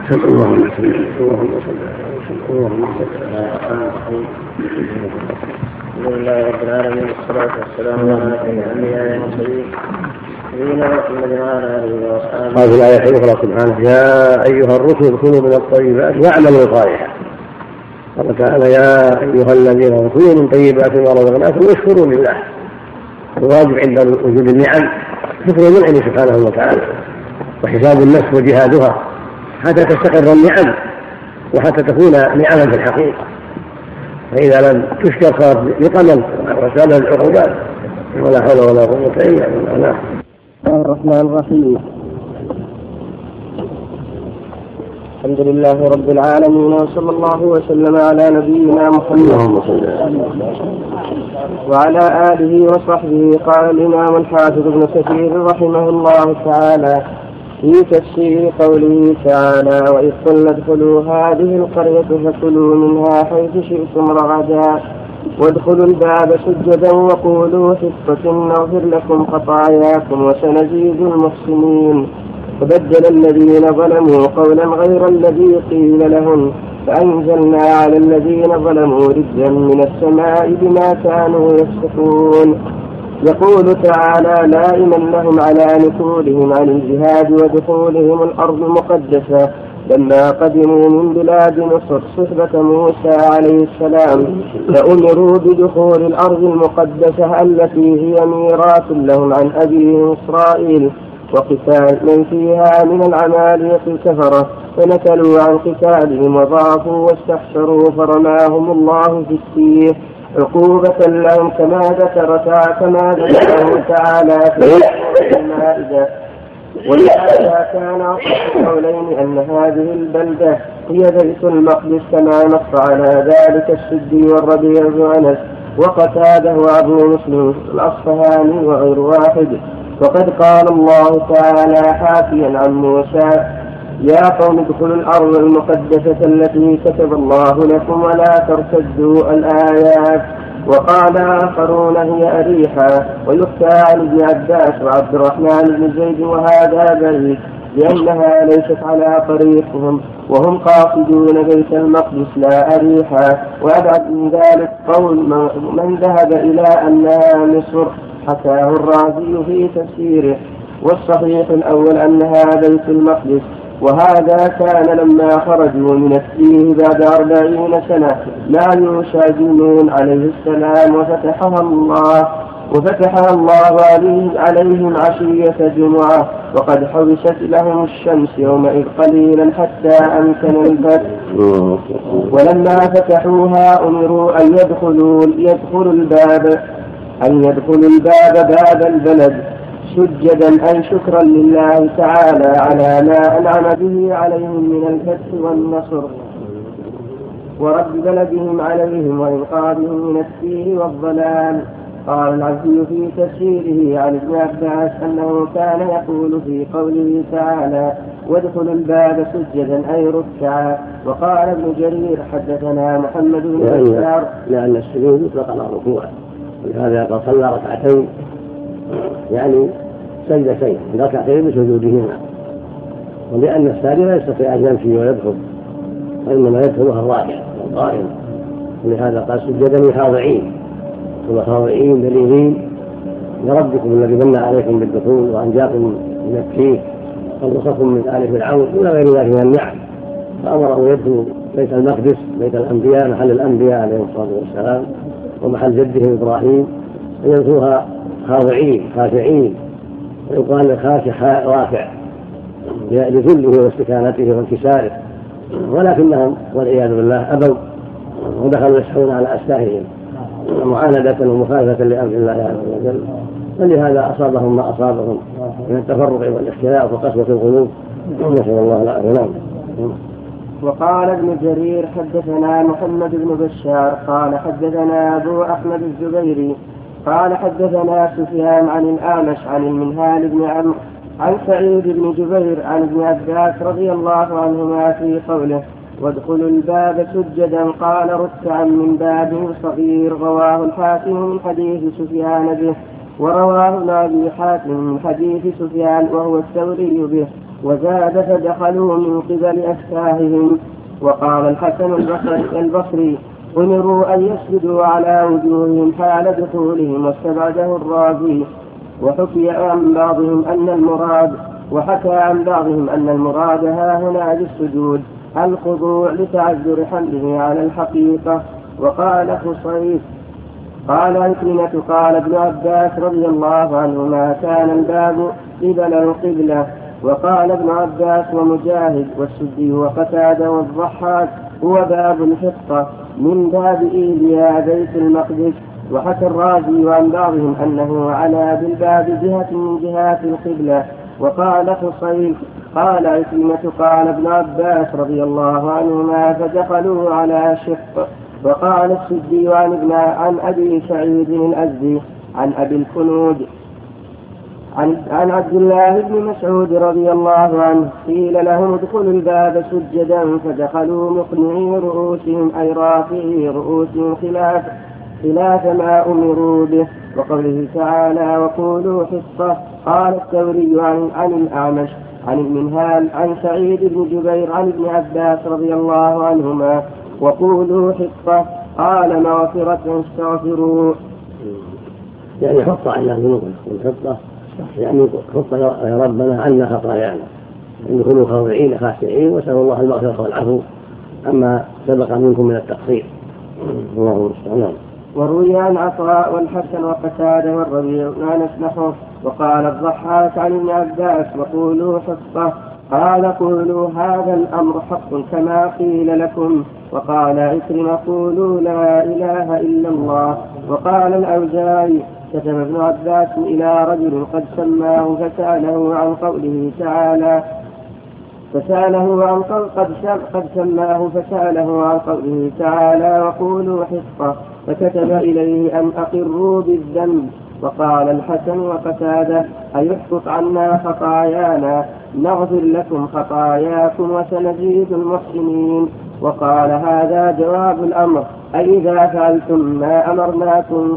الحمد لله رب العالمين والصلاة والسلام على الأنبياء والمرسلين نبينا محمد وعلى آله وأصحابه. هذه الآية الأخرى سبحانه: يا أيها الرسل كلوا من الطيبات واعملوا صالحا. قال تعالى: يا أيها الذين آمنوا كلوا من طيبات ما رزقناكم واشكروا لله. الواجب عند وجود النعم شكر المنعم سبحانه وتعالى، وحساب النفس وجهادها حتى تستقر النعم وحتى تكون نعما في الحقيقة. فإذا لم تشكر صارت بقمل وسالها العقوبات. ولا حول ولا قوة إلا بالله. الرحمن الرحيم. الحمد لله رب العالمين، وصلى الله وسلم على نبينا محمد وعلى آله وصحبه. قال الإمام الحافظ ابن كثير رحمه الله تعالى في تفسير قوله تعالى: وإذ قلنا ادخلوا هذه القرية فكلوا منها حيث شئتم رغدا وادخلوا الباب سجدا وقولوا حطة نغفر لكم خطاياكم وسنزيد المحسنين. فبدل الذين ظلموا قولا غير الذي قيل لهم فأنزلنا على الذين ظلموا رجزا من السماء بما كانوا يفسقون. يقول تعالى لائما لهم على نفورهم عن الجهاد ودخولهم الأرض المقدسة لما قدموا من بلاد مصر صحبة موسى عليه السلام، فأمروا بدخول الأرض المقدسة التي هي ميراث لهم عن أبيهم إسرائيل، وقتال من فيها من العمالقة الكفرة، فنكلوا عن قتالهم وضعفوا واستحسروا فرماهم الله في السيف عقوبة لهم كما ذكره تعالى في المائدة. ولهذا كان أصح قولين أن هذه البلدة هي بيت المقدس كما نص على ذلك السدي والربيع بن أنس وقتاده وأبو مسلم الأصفهاني وغير واحد. وقد قال الله تعالى حاكيا عن موسى: يا قوم ادخلوا الأرض المقدسة التي كتب الله لكم ولا ترتدوا الآيات. وقال آخرون هي أريحة. ويحكى عن ابن عباس وعبد الرحمن بن زيد وهذا بعيد لأنها ليست على طريقهم وهم قاصدون بيت المقدس لا أريحة. وأبعد من ذلك قول من ذهب إلى أنها مصر حكاه الرازي في تفسيره. والصحيح الأول أنها بيت المقدس، وهذا كان لما خرجوا من السيه بعد 40 سنة لا يوشع بن عليه السلام وفتحها الله عليهم عشية جمعة، وقد حبست لهم الشمس يومئذ قليلا حتى أمكن البدء. ولما فتحوها أمروا أن يدخلوا الباب باب البلد سجدا أي شكرا لله تعالى على ما أنعم به عليهم من الفتح والنصر ورد بلدهم عليهم وإنقاذهم من السير والضلال. قال العزي في تفسيره عن ابن عباس أنه كان يقول في قوله تعالى: وادخلوا الباب سجدا أي ركعا. وقال ابن جرير حدثنا محمد بن بشار لأن السجود يطلق على الركوع، ولهذا قال صلى ركعتين يعني سجدتين ركعتين بسجودهما، ولأن الساجد لا يستطيع أن يمشي ويدخل وإنما يدخلها الراكع القائم، ولهذا قال سجدني خاضعين، ثم خاضعين دليلين لربكم الذي من عليكم بالدخول وأنجاكم من التيه خلصكم من آل فرعون إلى غير ذلك من النعم. فأمره يدخل بيت المقدس بيت الأنبياء محل الأنبياء عليهم الصلاة والسلام ومحل جدهم إبراهيم، فيدخلوها خاضعين خاشعين، ويقال الخاشع رافع لذله واستكانته وانكساره، ولكنهم والعياذ بالله أبوا ودخلوا يسحون على أستاههم معاندة ومخالفة لأمر الله عز وجل، فلهذا أصابهم ما أصابهم من التفرق والاختلاف وقسوة القلوب، نسأل الله العافية. وقال ابن جرير حدثنا محمد بن بشار قال حدثنا أبو أحمد الزبيري قال حدثنا سفيان عن الأعمش عن المنهال بن عمرو عن سعيد بن جبير عن ابن عباس رضي الله عنهما في قوله وادخلوا الباب سجدا قال ركعا من باب صغير، رواه الحاكم من حديث سفيان به، ورواه ابن أبي حاتم من حديث سفيان وهو الثوري به، وزاد فدخلوا من قبل أفكاههم. وقال الحسن البصري أمروا أن يسجدوا على وجوههم حال دخولهم، واستبعده الرازي. وحكى عن بعضهم أن المراد ها هنا بالسجود الخضوع لتعذر حمله على الحقيقة. وقال خصيف قال عكرمة قال ابن عباس رضي الله عنهما كان الباب قبل القبلة. وقال ابن عباس ومجاهد والسدي وقتادة والضحاك هو باب الحطة من باب إيليا بيت المقدس. وحكى الرازي عن بعضهم أنه على بالباب جهة من جهات القبلة. وقال خصيف قال عكرمة قال ابن عباس رضي الله عنهما فدخلوا على شق. وقال السدي عن أبي سعيد الأزدي عن أبي الكنود عن عبد الله بن مسعود رضي الله عنه قيل لهم ادخلوا الباب سجدا فدخلوا مقنعي رؤوسهم أي رافعي رؤوسهم خلاف ما أمروا به. وقوله تعالى وقولوا حصة قال الثوري عن الأعمش عن المنهال عن سعيد بن جبير عن ابن عباس رضي الله عنهما وقولوا حصة قال مغفرة استغفروا، يعني حط على ذنوبنا والحطة يعني حط يا ربنا عنا خطايانا، ادخلوا خاضعين خاشعين واسأل الله المغفرة والعفو عما سبق منكم من التقصير. الله المستعان. وروي عن عطاء والحسن وقتادة والربيع ما نسنحه. وقال الضحاك عن ابن عباس وقولوا حصة قال قولوا هذا الأمر حق كما قيل لكم. وقال عكرمة قولوا لا إله إلا الله. وقال الأوزاعي كتب ابن عباس إلى رجل قد سماه فسأله عن قوله تعالى وقولوا حصة فكتب إليه أن أقروا بالذنب. وقال الحسن وقتادة أيحفظ عنا خطايانا نغفر لكم خطاياكم وسنزيد المحسنين. وقال هذا جواب الأمر أي إذا فعلتم ما أمرناكم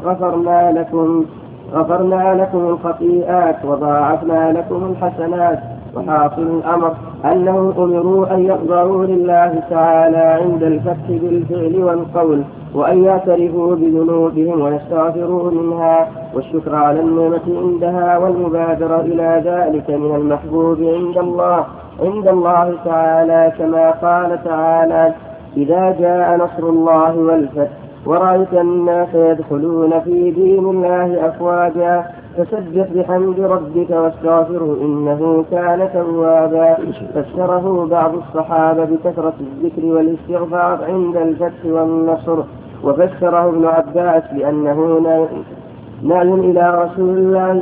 غفرنا لكم الخطيئات وضاعفنا لكم الحسنات. وحاصل الأمر أنهم أمروا أن يخضعوا لله تعالى عند الفتح بالفعل والقول، وأن يعترفوا بذنوبهم ويستغفروا منها، والشكر على النعمة عندها والمبادرة إلى ذلك من المحبوب عند الله تعالى، كما قال تعالى إذا جاء نصر الله والفتح ورأيت الناس يدخلون في دين الله أفواجا فسبح بحمد ربك واستغفره إنه كان توابا. فسره بعض الصحابة بكثرة الذكر والاستغفار عند الفتح والنصر، وفسره ابن عباس بأنه نعي إلى رسول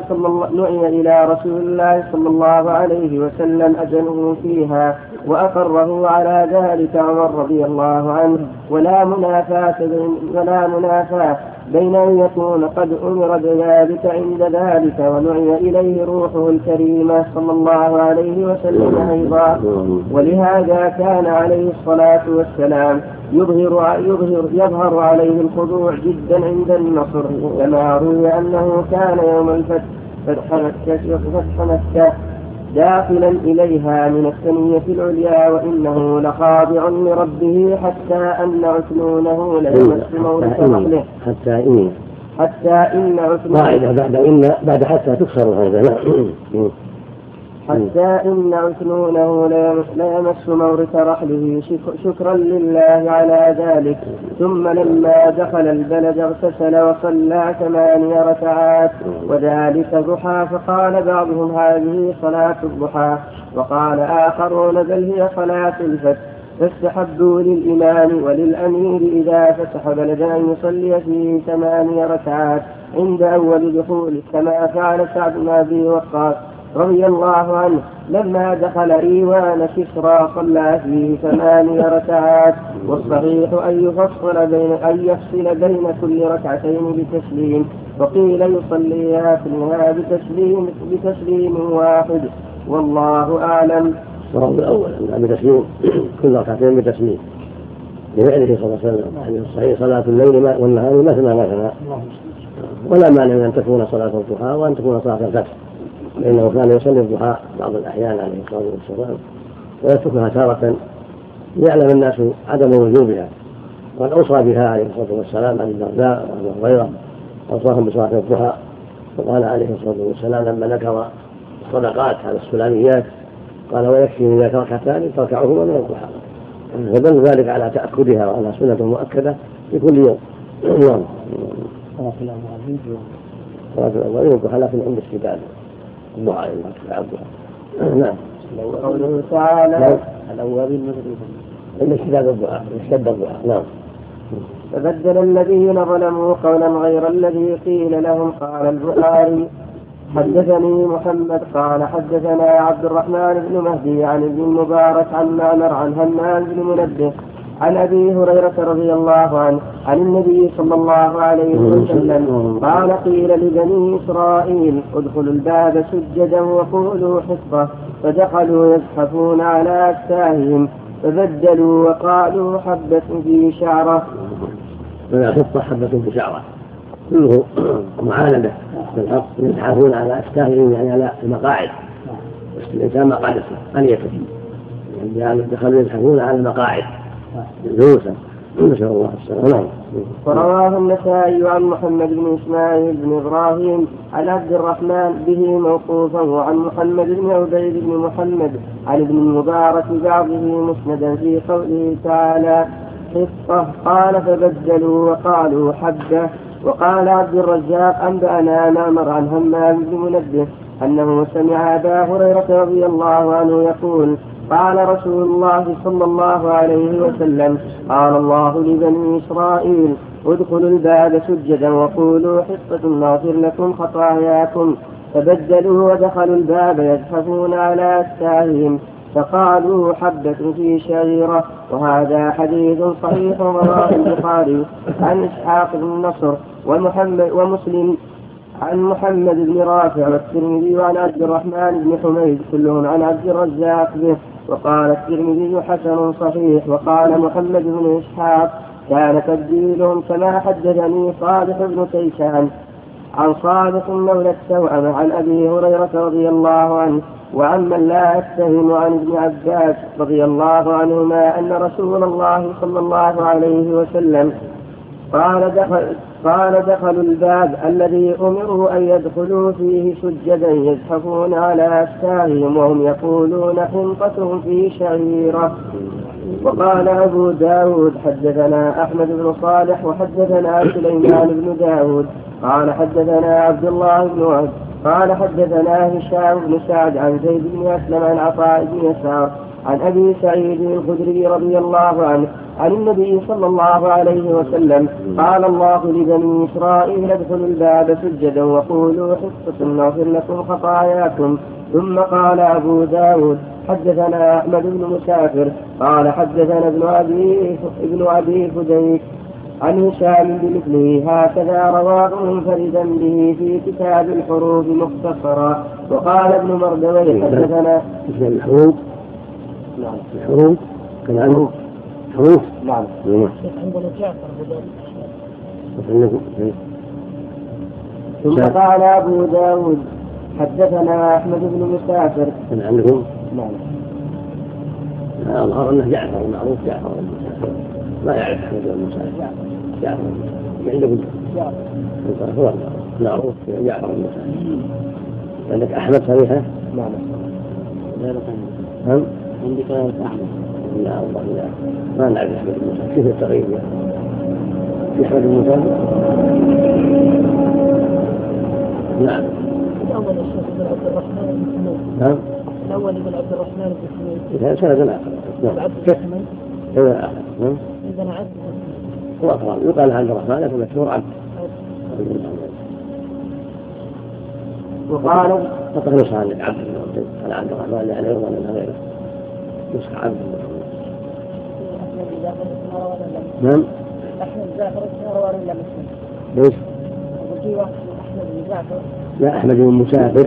الله صلى الله عليه وسلم أجله فيها، وأقره على ذلك عمر رضي الله عنه، ولا منافاة بين أن يكون قد أمر بذلك عند ذلك ونعي إليه روحه الكريمة صلى الله عليه وسلم أيضا. ولهذا كان عليه الصلاة والسلام يظهر عليه الخضوع جدا عند النصر، كما روي أنه كان يوم الفتح فتح مكة داخلا إليها من الثنية العليا وإنه لخاضع لربه حتى أن عثنونه ليمس مورث رحله. حتى إن عثنونه بعد حتى تكسر هذا. حتى إن عثنونه ليمس مورث رحله شكرا لله على ذلك. ثم لما دخل البلد اغتسل وصلى 8 ركعات وذلك ضحى. فقال بعضهم هذه صلاة الضحى وقال آخرون بل هي صلاة الفتح. فاستحبوا للإمام وللأمير إذا فتح بلدا أن يصلي فيه 8 ركعات عند أول دخول كما فعل سعد بن أبي وقاص رضي الله عنه لما دخل إيوان كسرى صلى فيه 8 ركعات. والصحيح أن يفصل بين كل ركعتين بتسليم وقيل يصليها فيها بتسليم واحد والله أعلم. الصواب الأول بتسليم كل ركعتين بتسليم لفعله صلى الله عليه وسلم. يعني الصحيح صلاة الليل والنهار مثنى ولا مانع أن تكون صلاة الضحى وأن تكون صلاة الفتح لأنه كان يصلي الضحى بعض الأحيان عليه الصلاة والسلام ويتركها تارة يعلم الناس عدم وجوبها. وقد أوصى بها عليه الصلاة والسلام عن الدرداء وأبي هريرة أوصاهم بصلاة الضحى. وقال عليه الصلاة والسلام لما ذكر الصدقات على السلاميات قال ويكفي إذا ركعتان تركعهما من الضحى. فدل ذلك على تأكدها وأنها سنة مؤكدة في كل يوم. صلاة الأولين والضحى لكن عند استدامة الضحى نعم. قوله تعالى الأولين عند استدامة الضحى اشتد الضحى. نعم. فبدل الذين ظلموا قولا غير الذي قيل لهم. قال البخاري حدثني محمد قال حدثنا عبد الرحمن بن مهدي عن ابن المبارك عن معمر عن همام بن منبه عن أبي هريرة رضي الله عنه عن النبي صلى الله عليه وسلم قال قيل لبني إسرائيل ادخلوا الباب سجدا وقولوا حصة فدخلوا يزحفون على أكتافهم فبدلوا وقالوا حبة في شعرة. حصة حبة في شعرة كله معاندة بالحق يزحفون على أكتافهم يعني على المقاعد الإنسان مقعدته أنيته يعني دخلوا يزحفون على المقاعد جلوسا نسأل الله السلامة. ورواه النسائي عن محمد بن إسماعيل بن إبراهيم عن عبد الرحمن به موقوفا وعن محمد بن عبيد بن محمد عن ابن المبارك بعضه مسندا في قوله تعالى حصة قال فبدلوا وقالوا حبة. وقال عبد الرزاق أنبأنا معمر عن همام بن منبه أنه سمع أبا هريرة رضي الله عنه يقول قال رسول الله صلى الله عليه وسلم قال الله لبني إسرائيل ادخلوا الباب سجدا وقولوا حصة نغفر لكم خطاياكم. فبدلوا ودخلوا الباب يزحفون على أكتافهم فقالوا حبة في شعيرة. وهذا حديث صحيح رواه البخاري عن إسحاق بن نصر ومسلم عن محمد بن رافع والترمذي وعن عبد الرحمن بن حميد كلهم عن عبد الرزاق به. وقال الترمذي حسن صحيح. وقال محمد بن إسحاق كان تبديلهم كما حدثني صالح بن كيسان عن صالح مولى التوأم عن أبي هريرة رضي الله عنه وعمن لا أتهم عن ابن عباس رضي الله عنهما أن رسول الله صلى الله عليه وسلم قال دخلوا الباب الذي أمروا أن يدخلوا فيه سجدا يزحفون على أكتافهم وهم يقولون حنطة في شعيرة. وقال أبو داود حدثنا أحمد بن صالح وحدثنا سليمان بن داود قال حدثنا عبد الله بن وهب قال حدثنا هشام بن سعد عن زيد بن أسلم عن عطاء بن يسار عن أبي سعيد الخدري رضي الله عنه عن النبي صلى الله عليه وسلم قال الله لبني إسرائيل ادخلوا الباب سجدا وقولوا حصة نغفر لكم خطاياكم. ثم قال أبو داود حدثنا أحمد بن مسافر قال حدثنا ابن أبي فديك عن هشام بمثله هكذا رواه منفردا به في كتاب الحروف مختصرا. وقال ابن مردوي حدثنا الحروف كان حروف نعم عندنا جعفر ثم قال أبو داود حدثنا أحمد بن مسافر. من عندكم؟ نعم. أظهر أنه جعفر المعروف جعفر بن مسافر، لا يعرف أحمد بن مسافر. جعفر عندكم هو معروف جعفر بن مسافر. عندك أحمد صريحة؟ نعم. هم؟ عندك أحمد؟ لا والله لا، ما نعرف أحمد بن مسافر. كيف التغيير في أحمد بن مسافر؟ نعم. الأول الشيخ بن عبد الرحمن بن سميد. نعم. الأول بن عبد الرحمن بن سميد. إذا سند آخر. نعم. عبد الرحمن. إذا آخر. نعم. إذا عبد. هو أقرأ يقال عبد الرحمن لكن مشهور عبد. وقال فقد نسخ عن عبد على عبد الرحمن يعني يرضى من غيره. نسخ عبد. نعم. أحمد جعفر السمروي ولا مسلم؟ ليش؟ في واحد أحمد بن جعفر. لا أحمد بن مسافر.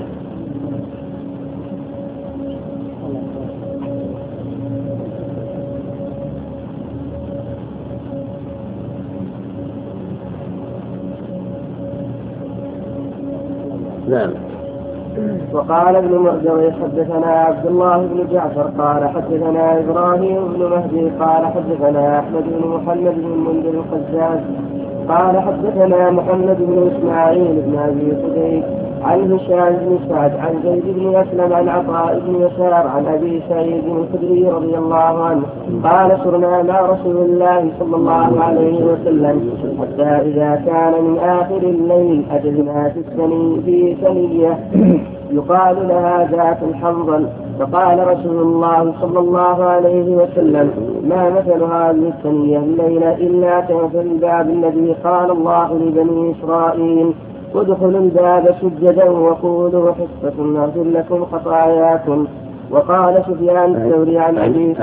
نعم. وقال ابن مردوي حدثنا عبد الله بن جعفر قال حدثنا إبراهيم بن مهدي قال حدثنا أحمد بن محمد بن المنذر القزاز قال حدثنا محمد بن إسماعيل بن أبي خديج عن هشام بن سعد عن زيد بن أسلم عن عطاء بن يسار عن أبي سعيد الخدري رضي الله عنه قال سرنا مع رسول الله صلى الله عليه وسلم حتى إذا كان من آخر الليل أتينا في ثنية يقال لها ذات الحنظل فقال رسول الله صلى الله عليه وسلم ما مثل هذه الثنية الليلة إلا كمثل الباب الذي قال الله لبني إسرائيل ادخلوا الباب سجدا وقولوا حصة نغفر لكم خطاياكم. وقال سفيان الثوري عن أبي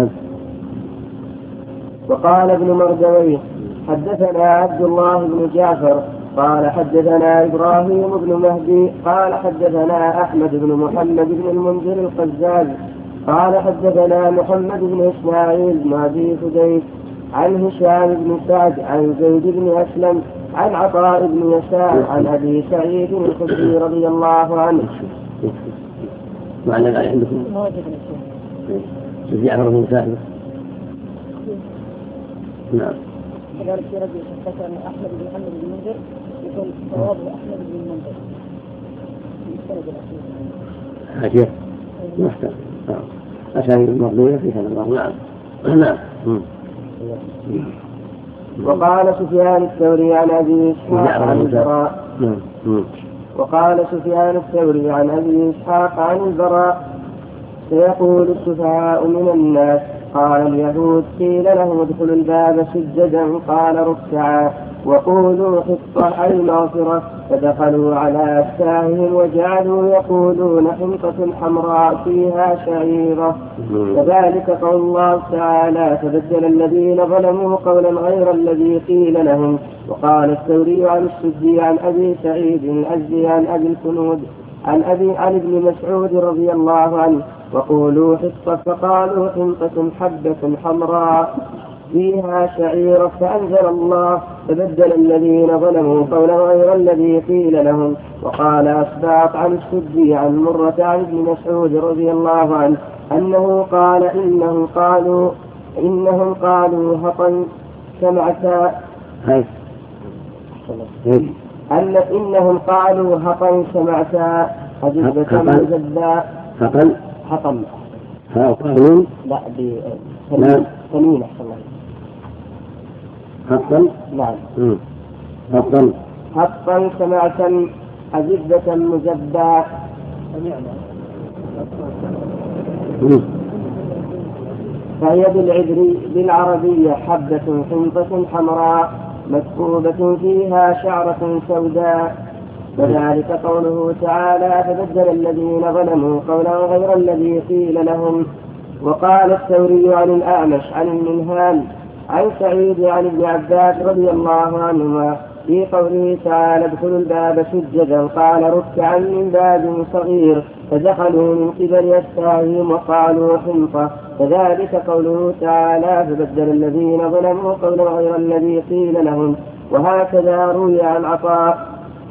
وقال ابن مردويه حدثنا عبد الله بن جعفر قال حدثنا إبراهيم بن مهدي قال حدثنا أحمد بن محمد بن المنذر القزاز قال حدثنا محمد بن إسماعيل بن أبي خديج عن هشام بن سعد عن زيد بن أسلم عن عطاء بن يسار عن أبي سعيد الخدري رضي الله عنه. معنى الآية عندكم؟ جعفر بن مسافر. نعم. كذلك في رجل حدثنا أحمد بن محمد بن المنذر يقول صواب أحمد بن المنذر في السند الأخير. حكيه محتاج. أسامي المرضية في هذا الله. نعم. نعم. وقال سفيان الثوري عن أبي إسحاق عن البراء وقال سفيان الثوري عن أبي إسحاق عن البراء سيقول السفهاء من الناس قال اليهود قيل لهم ادخلوا الباب سجدا قال ركعا وقولوا حطة أي مغفرة فدخلوا على أفتاههم وجعلوا يقولون حنطة حمراء فيها شعيرة. كذلك قول الله تعالى فبدل الذين ظلموا قولا غير الذي قيل لهم. وقال الثوري عن السدي عن أبي سعيد الأزدي عن أبي الكنود عن ابن مسعود رضي الله عنه وقولوا حصة فقالوا حنطة حبة حمراء فيها شعيرة فأنزل الله فبدل الذين ظلموا قولا غير الذي قيل لهم. وقال أسباط عن السدي عن مرة عن ابن مسعود رضي الله عنه أنه قال إنهم قالوا هطا سمعتا إنهم قالوا هطا سمعتا حجبة مزدا هطا لا بسنين أحسن الله هطا نعم هطا سمعتا أزبة مزدا فهي بالعربية حبة حنطة حمراء مكتوبة فيها شعرة سوداء. وذلك قوله تعالى فبدل الذين ظلموا قولا غير الذي قيل لهم. وقال الثوري عن الأعمش عن المنهال عن سعيد عن ابن عباس رضي الله عنهما في قوله تعالى ادخلوا الباب سجدا قال ركعا من باب صغير فدخلوا من قبل أفتاههم وقالوا حنطة. كذلك قوله تعالى فبدل الذين ظلموا قولا غير الذي قيل لهم. وهكذا روي عن عطاء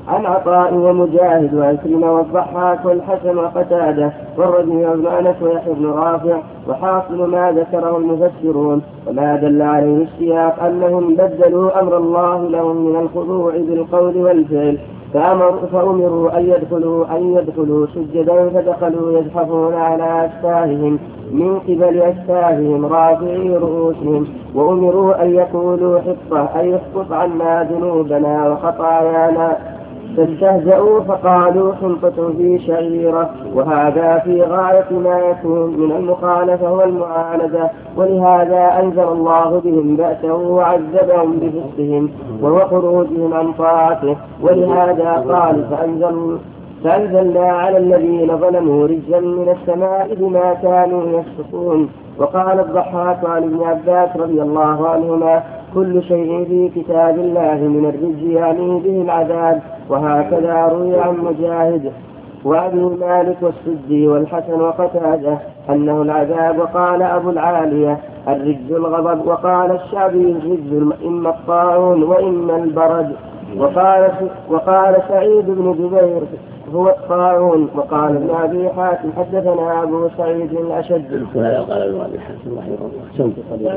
عن عطاء ومجاهد وعكرمة والضحاك والحسن وقتادة والربيع بن أنس ويحيى بن رافع. وحاصل ما ذكره المفسرون وما دل عليه السياق أنهم بدلوا أمر الله لهم من الخضوع بالقول والفعل، فأمروا أن يدخلوا سجدا فدخلوا يزحفون على أكفاههم من قبل أكفاههم رافعي رؤوسهم، وأمروا أن يقولوا حطة أي احفظ عنا ذنوبنا وخطايانا، فاستهزأوا فقالوا حنطة في شعيرة. وهذا في غاية ما يكون من المخالفة والمعاندة، ولهذا أنزل الله بهم بأسه وعذبهم بفسقهم وخروجهم عن طاعته. ولهذا قال فأنزلنا على الذين ظلموا رجزا من السماء بما كانوا يفسقون. وقال الضحاك عن ابن عباس رضي الله عنهما كل شيء في كتاب الله من الرجز يعني به العذاب. وهكذا روي عن مجاهد وأبي مالك والسدي والحسن وقتادة أنه العذاب. وقال أبو العالية الرجز الغضب. وقال الشعبي الرجز إما الطاعون وإما البرد. وقال سعيد بن جبير هو الطاعون. وقال ابن أبي حاتم حدثنا أبو سعيد الأشد. ولا قال ابن أبي حاتم رحمه الله سمت قليلا.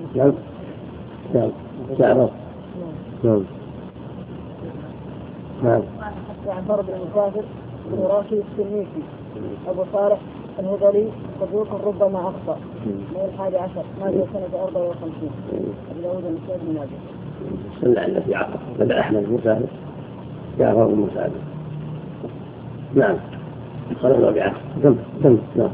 نعم. جعفر بن مسافر بن راشد السنيسي أبو صالح الهذلي صدوق ربما أخطأ من 11 مات سنة 54. أبي داود النسائي بن ماجه. لعل في عقب بدأ أحمد بن مسافر جعفر بن مسافر. نعم. قال ابن أبي عاصم. نعم.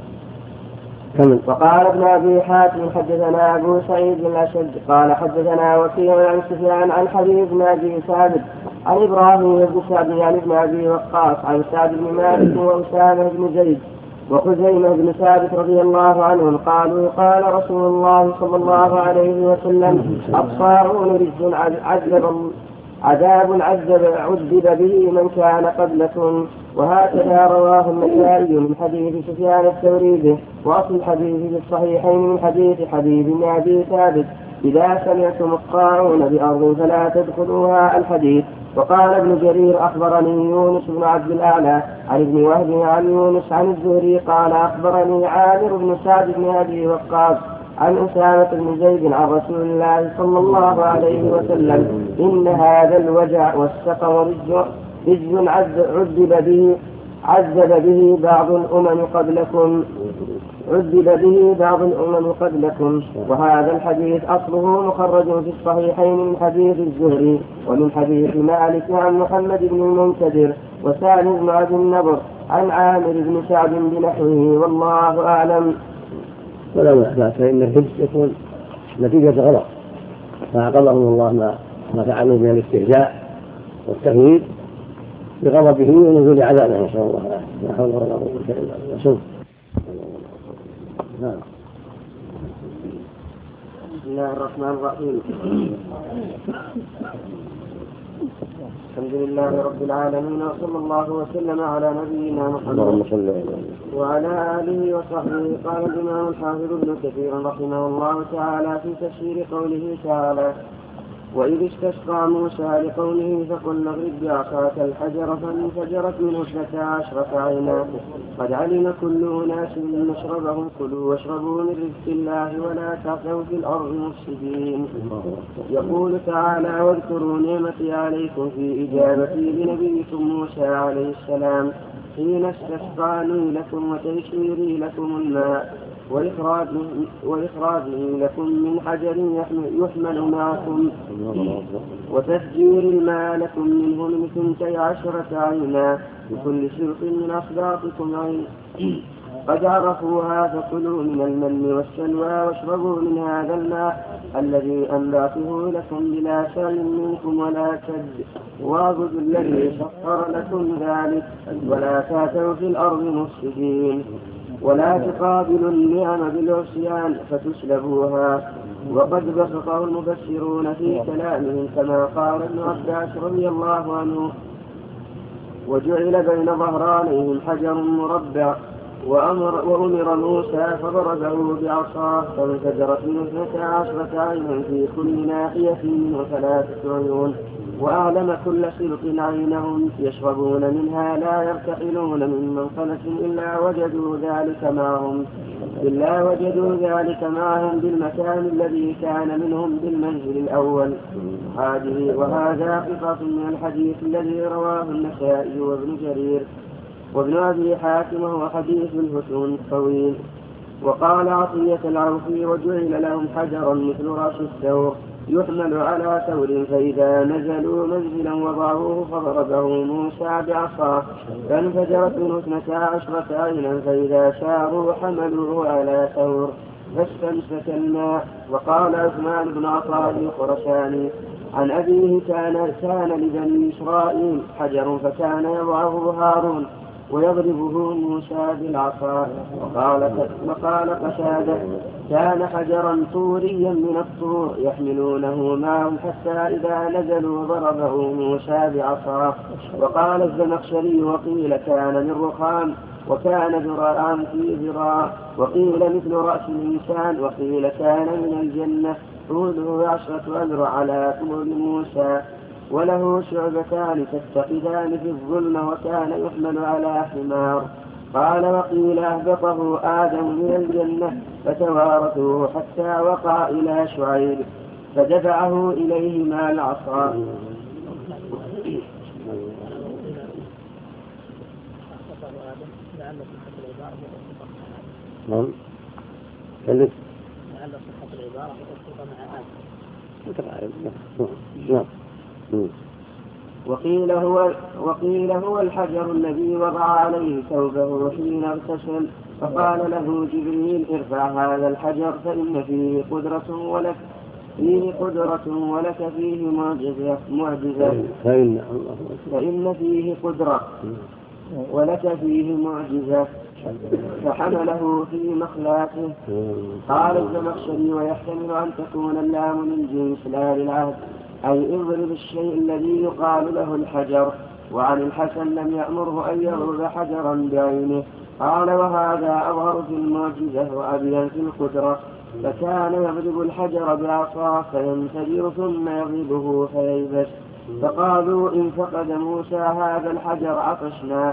وقال ابن أبي حاتم حدثنا أبو سعيد الأشد قال حدثنا وكيع عن سفيان عن حبيب بن أبي ثابت عن إبراهيم بن سعد عن ابن أبي وقاص عن سعد بن مالك وأسامة بن زيد وخزيمة بن ثابت رضي الله عنهم قالوا قال رسول الله صلى الله عليه وسلم الطاعون رجز عذاب عذب به من كان قبلكم. وهكذا رواه النسائي من حديث سفيان الثوري به. وأصل الحديث في الصحيحين من حديث حبيب بن أبي ثابت إذا سمعتم الطاعون بأرض فلا تدخلوها الحديث. وقال ابن جرير أخبرني يونس بن عبد الأعلى عن ابن وهب عن يونس عن الزهري قال أخبرني عامر بن سعد بن أبي وقاص عن أسامة بن زيد عن رسول الله صلى الله عليه وسلم إن هذا الوجع والسقم رجز عذب به بعض الأمم قبلكم. وهذا الحديث أصله مخرج في الصحيحين من حديث الزهري ومن حديث مالك عن محمد بن المنكدر وسالم بن عبد النضر عن عامر بن سعد بنحوه والله أعلم. ولا بأس فإن الحج يكون نتيجة غلط فعاقبهم الله ما فعلوا من الاستهزاء والتهويل بغضبه ونزول عذابه نسأل الله العافية. لا حول ولا قوة إلا بالله. نعم. بسم الله الرحمن الرحيم. الحمد لله رب العالمين وصلى الله وسلم على نبينا محمد وعلى آله وصحبه. قال الإمام الحافظ ابن كثير رحمه الله تعالى في تفسير قوله تعالى وإذ استسقى موسى لقومه فقل اضرب بعصاك الحجر فانفجرت منه 12 عينا قد علم كل أناس مشربهم كلوا واشربوا من رزق الله ولا تعثوا في الأرض مفسدين. يقول تعالى واذكروا نعمتي عليكم في إجابتي لنبيكم موسى عليه السلام حين استسقاني لكم وتيسيري لكم الماء وإخراجه لكم من حجر يحمل معكم وتفجير الماء لكم منه من 12 عينا لكل شرق من أصداقكم عين قد عرفوها فكلوا من المن والسلوى واشربوا من هذا الماء الذي أنبعته لكم بلا شر منكم ولا كد واعبدوا الذي سخر لكم ذلك ولا تعثوا في الأرض مفسدين ولا تقابلوا النعم بالعصيان فتسلبوها. وقد بسطه المفسرون في كلامهم كما قال ابن عباس رضي الله عنه وجعل بين ظهرانيهم حجر مربع وأمر موسى فضربه بعصاه فانفجرت منه 12 عينا في كل ناحية منه 3 عيون وأعلم كل خلق عينهم يشربون منها لا يرتحلون من منقلة إلا وجدوا ذلك معهم بالمكان الذي كان منهم بالمنزل الأول. وهذا قطعة من الحديث الذي رواه النسائي وابن جرير وابن أبي حاتم وهو حديث الفتون الطويل. وقال عطية العوفي وجعل لهم حجرا مثل رأس الثور يحمل على ثور فإذا نزلوا منزلا وضعوه فضربه موسى بعصاه فانفجرت منه 12 عينا فإذا ساروا حملوه على ثور فاستمسك الماء. وقال عثمان بن عطاء الخرساني عن أبيه كان لبني إسرائيل حجر فكان يضعه هارون ويضربه موسى بالعصا. وقال قتادة كان حجرا طوريا من الطور يحملونه معهم حتى إذا نزلوا ضربه موسى بعصاه. وقال الزمخشري وقيل كان من رخام وكان ذراعا في ذراع وقيل مثل رأس الإنسان وقيل كان من الجنة طوله 10 أذرع على طول موسى وله شعبتان تتخذان في الظلم وكان يحمل على حمار. قال وقيل أهبطه آدم من الجنة فتوارثوه حتى وقع إلى شعيب فدفعه إليه مع العصا. نعم. وقيل هو الحجر الذي وضع عليه ثوبه حين اغتسل فقال له جبريل ارفع هذا الحجر فإن فيه قدرة ولك فيه معجزة فإن فيه قدرة ولك فيه معجزة فحمله في مخلاته. قال الزمخشري ويحتمل أن تكون اللام من جنس لا للعهد أي اضرب الشيء الذي يقال له الحجر. وعن الحسن لم يأمره أن يضرب حجرا بعينه. قال وهذا أظهر في المعجزة وأبين في القدرة. فكان يضرب الحجر بعصاه فينفجر ثم يضربه فييبس. فقالوا إن فقد موسى هذا الحجر عطشنا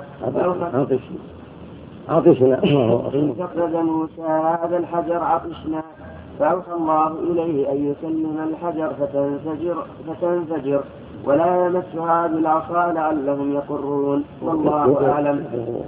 إن فقد موسى هذا الحجر عطشنا فأوحى الله إليه أن يسلم الحجر فتنفجر ولا يمسها بالعصا لعلهم يقرون والله أعلم.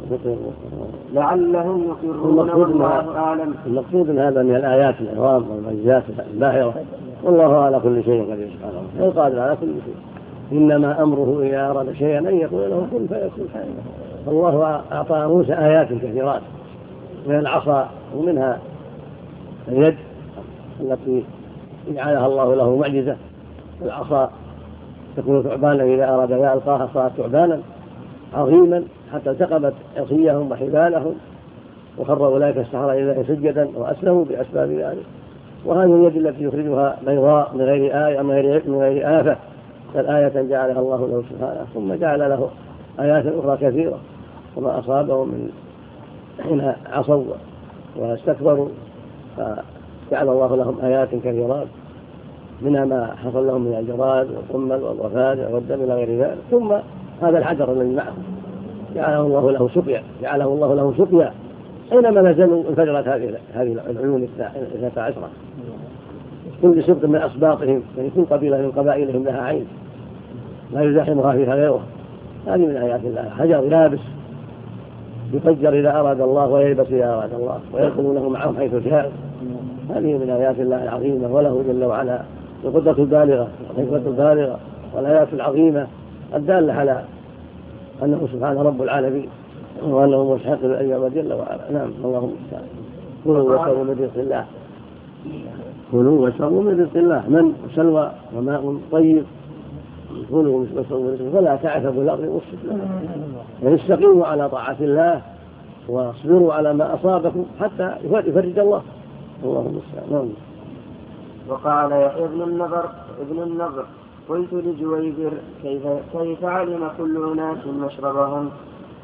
والله أعلم. المقصود من هذا من الآيات العظام والمعجزات الباهرة والله على كل شيء قدير سبحانه القادر على كل شيء. إنما أمره إذا أراد شيئا أن يقول له كن فيكون. فالله أعطى موسى آيات كثيرات من العصا ومنها اليد التي جعلها الله له معجزة. العصا تكون ثعبانا إذا أراد أن يلقاها صارت ثعبانا عظيما حتى التقمت عصيهم وحبالهم وخر أولئك السحرة إليه سجدا وأسلموا بأسباب ذلك. وهذه اليد التي يخرجها بيضاء من غير آفة فالآية جعلها الله له سبحانه ثم جعل له آيات أخرى كثيرة وما أصابهم من حين عصوا واستكبروا فجعل الله لهم آيات كثيرات منها ما حصل لهم من الجراد والقمل والضفادع والدم إلى غير ذلك. ثم هذا الحجر الذي معه جعله الله له سقيا أينما نزلوا انفجرت هذه العيون 12 كل سبط من أسباطهم يعني كل قبيلة من قبائلهم لها عين لا يزاحمها فيها غيره. هذه من آيات الله. حجر يابس يفجر إذا أراد الله ويلبس إذا أراد الله ويدخلونه معهم حيث شاء. هذه من آيات الله العظيمة وله جل وعلا القدرة البالغة والحكمة البالغة والآيات العظيمة الدالة على أنه سبحانه رب العالمين وأنه مستحق للأجر جل وعلا. نعم. اللهم استعان. كلوا واشربوا من رزق الله. كلوا واشربوا من رزق الله من سلوى وماء طيب. كلوا واشربوا من رزق فلا تعثوا بالأرض مفسدين. يعني استقيموا على طاعة الله واصبروا على ما أصابكم حتى يفرج الله. اللهم استعان. وقال يحيى ابن النضر قلت لجويبر كيف علم كل أناس مشربهم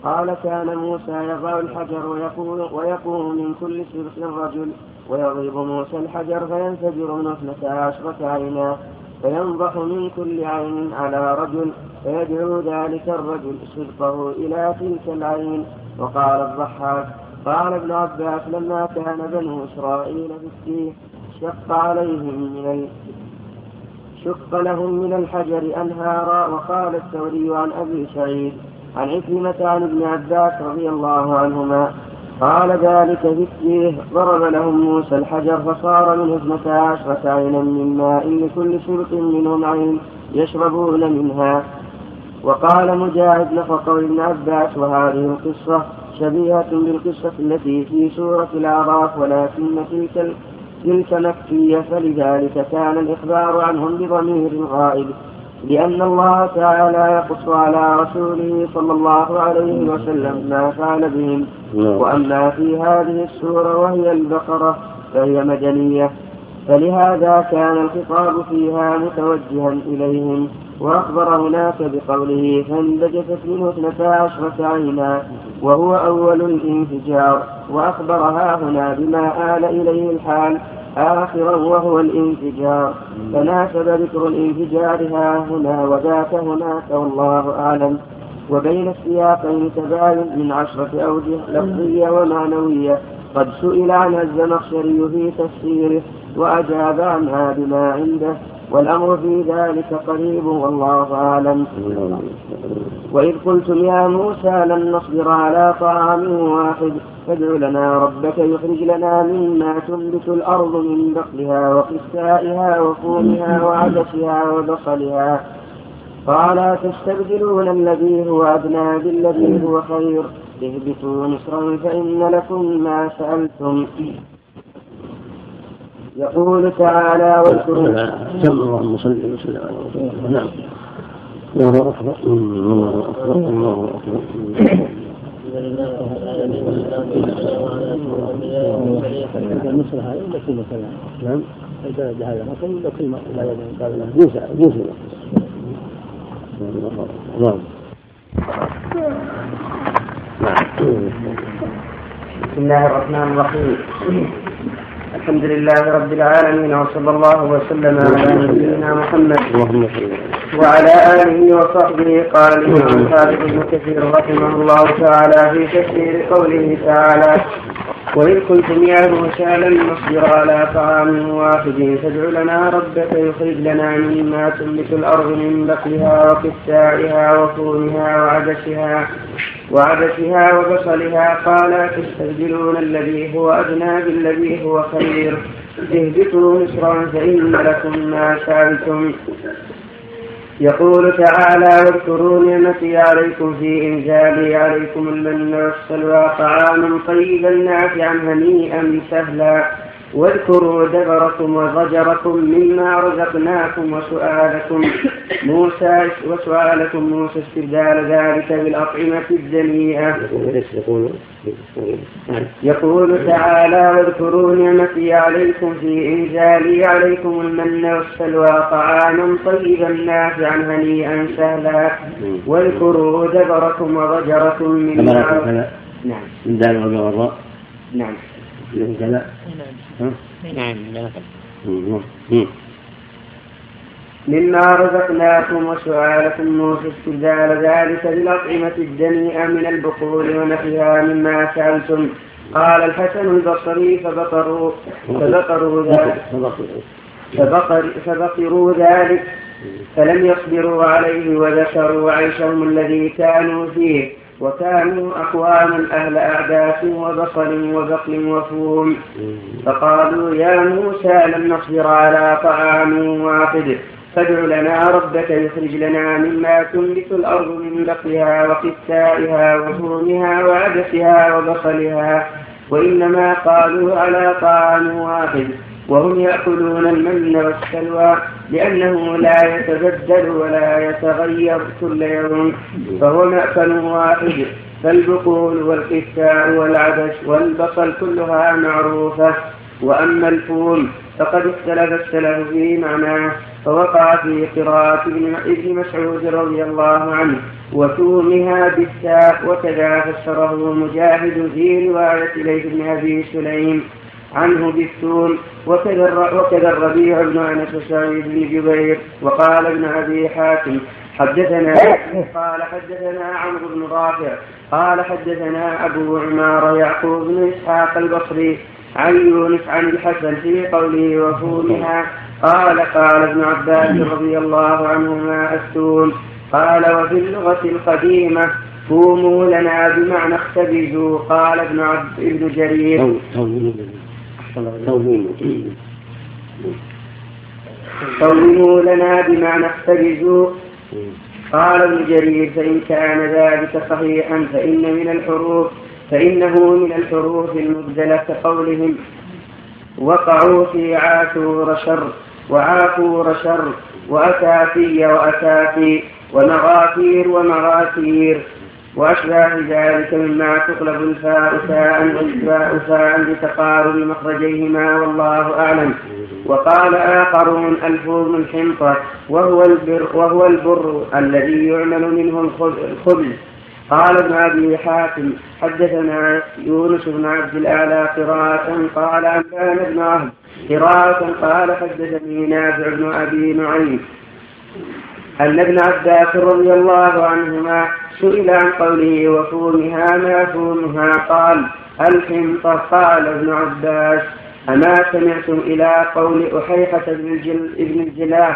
قال كان موسى يضع الحجر ويقوم من كل سبط رجل، ويضرب موسى الحجر فينفجر منه 12 عينا، فينضح من كل عين على رجل، فيدعو ذلك الرجل سبطه إلى تلك العين. وقال الضحاك قال ابن عباس لما كان بنو إسرائيل في السيح شق لهم من الحجر أنهارا. وقال الثوري عن أبي سعيد عن عكرمة عن ابن عباس رضي الله عنهما قال ذلك في السيح ضرب لهم موسى الحجر فصار منه 12 عينا من ماء لكل سبط منهم عين يشربون منها. وقال مجاهد نفقه ابن عباس وهذه القصة شبيهة بالقصة التي في سورة الأعراف، ولكن تلك مكية، فلذلك كان الإخبار عنهم بضمير غائب، لأن الله تعالى يقص على رسوله صلى الله عليه وسلم ما فعل بهم. وأما في هذه السورة وهي البقرة فهي مدنية، فلهذا كان الخطاب فيها متوجها إليهم. وأخبر هناك بقوله فانبجست منه 12 عينا وهو أول الانفجار، وأخبرها هنا بما آل إليه الحال آخرا وهو الانفجار، فناسب ذكر الانفجار هنا وذاك هناك والله أعلم. وبين السياقين تباين من 10 أوجه لفظية ومعنوية قد سئل عنها الزمخشري في تفسيره وأجاب عنها بما عنده، والأمر في ذلك قريب والله أعلم. وإذ قلتم يا موسى لن نصبر على طعام واحد فادع لنا ربك يخرج لنا مما تنبت الأرض من بقلها وقثائها وفومها وعدسها وبصلها، قال تستبدلون الذي هو أدنى بالذي هو خير، اهبطوا مصرا فإن لكم ما سألتم. يقول تعالى واذكروا اللهم صل وسلم على رسول الله. نعم. الله أكبر الله أكبر الله أكبر. نعم. بسم الله الرحمن الرحيم. الحمد لله رب العالمين، وصلى الله وسلم على نبينا محمد وعلى آله وصحبه. قال الإمام الحافظ ابن كثير رحمه الله تعالى في تفسير قوله تعالى وإذ قلتم يا موسى لن نصبر على طعام واحد فادع لنا ربك يخرج لنا مما تنبت الأرض من بقلها وقثائها وفومها وعدسها وبصلها، قال تستبدلون الذي هو أدنى بالذي هو خير، اهبطوا مصرا فإن لكم ما سألتم. يقول تعالى واذكروا نعمتي عليكم في إنزالي عليكم المن والسلوى طعاما طيبا نافعا هنيئا سهلا، واذكروا دبركم وضجركم مما رزقناكم وسؤالكم موسى استبدال ذلك بالأطعمة الدنيئة. يقول تعالى واذكروا نعمتي عليكم في إنزالي عليكم المن والسلوى طعاما طيبا نافعا هنيئا سهلا، واذكروا دبركم وضجركم مما مما رزقناكم وسؤالكم موسى استبدال ذلك بالأطعمة الدنيئة من البقول ونحيها مما سألتم. قال الحسن البصري فبقروا ذلك فلم يصبروا عليه وذكروا عيشهم الذي كانوا فيه، وكانوا أقواما أهل أعداس وبصل وبقل وفوم، فقالوا يا موسى لن نصبر على طعام واحد فادع لنا ربك يخرج لنا مما تنبت الأرض من بقلها وقثائها وفومها وعدسها وبصلها، وإنما قالوا على طعام واحد وهم يأكلون المن والسلوى، لأنه لا يتبدل ولا يتغير كل يوم، فهو مأكل واحد. فالبقول والقثاء والعدس والبصل كلها معروفة، وأما الفول فقد اختلف السلف في معناه، فوقع في قراءة ابن مسعود رضي الله عنه وتومها بالتاء، وكذا فسره مجاهد في رواية ليث بن أبي سليم عنه بالثوم، وكذا الربيع بن أنس وسعيد بن جبير. وقال ابن أبي حاتم حدثنا عمرو بن رافع قال حدثنا أبو عمارة يعقوب بن إسحاق البصري عن يونس عن الحسن في قوله وفومها قال ابن عباس رضي الله عنهما الثوم. قال وفي اللغة القديمة فوموا لنا بمعنى اختبزوا. قال ابن جرير صوموا لنا بمعنى اختبزوا. قال ابن جرير فإن كان ذلك صحيحا فإنه من الحروف المبدلة كقولهم وقعوا في عاشور شر وعافور شر وأسافي وأسافي ومغافير ومغافير وأشباه ذلك مما تقلب الفاء ساء والباء ساء لتقارب مخرجيهما والله أعلم. وقال آخرون الفوم الحنطة وهو البر الذي يعمل منه الخبز. قال ابن أبي حاتم حدثنا يونس بن عبد الأعلى قراءة قال أنبأنا ابن عهد قراءة قال حدثني نافع بن أبي نعيم أن ابن عباس رضي الله عنهما سئل عن قوله وفومها ما فومها قال الحنطة. قال ابن عباس أما سمعتم إلى قول أحيحة ابن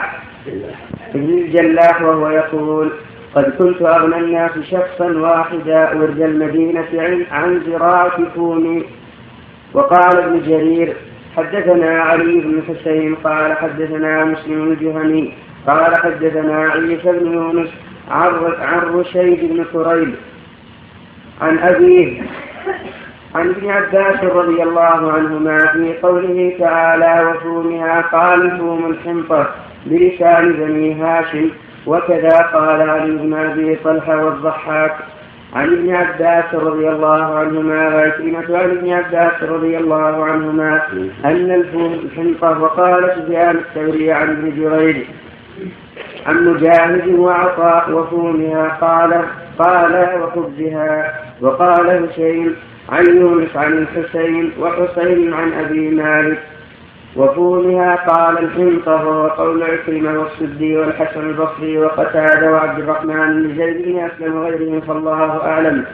الجلاح وهو يقول قد كنت أغنى الناس شخصا واحدا ورد المدينة عن زراعة فومي. وقال ابن جرير حدثنا علي بن حسين قال حدثنا مسلم الجهني قال حدثنا عيسى بن يونس عن رشيد بن كريب عن أبيه عن ابن عباس رضي الله عنهما في قوله تعالى وفومها قال فوم الحنطة بلسان بني هاشم. وكذا قال علي بن أبي طلحة والضحاك عن ابن عباس رضي الله عنهما وعكرمة عن ابن عباس رضي الله عنهما أن الفوم الحنطة. وقال سفيان الثوري عن ابن جريج عن مجاهد وعطاء وفومها قال وخبزها. وقال هشيم عن يونس عن الحسين وحسين عن أبي مالك وفومها قال الحنطة. وهو قول عكرمة والسدي والحسن البصري وقتادة وعبد الرحمن بن زيد بن أسلم وغيرهم فالله أعلم.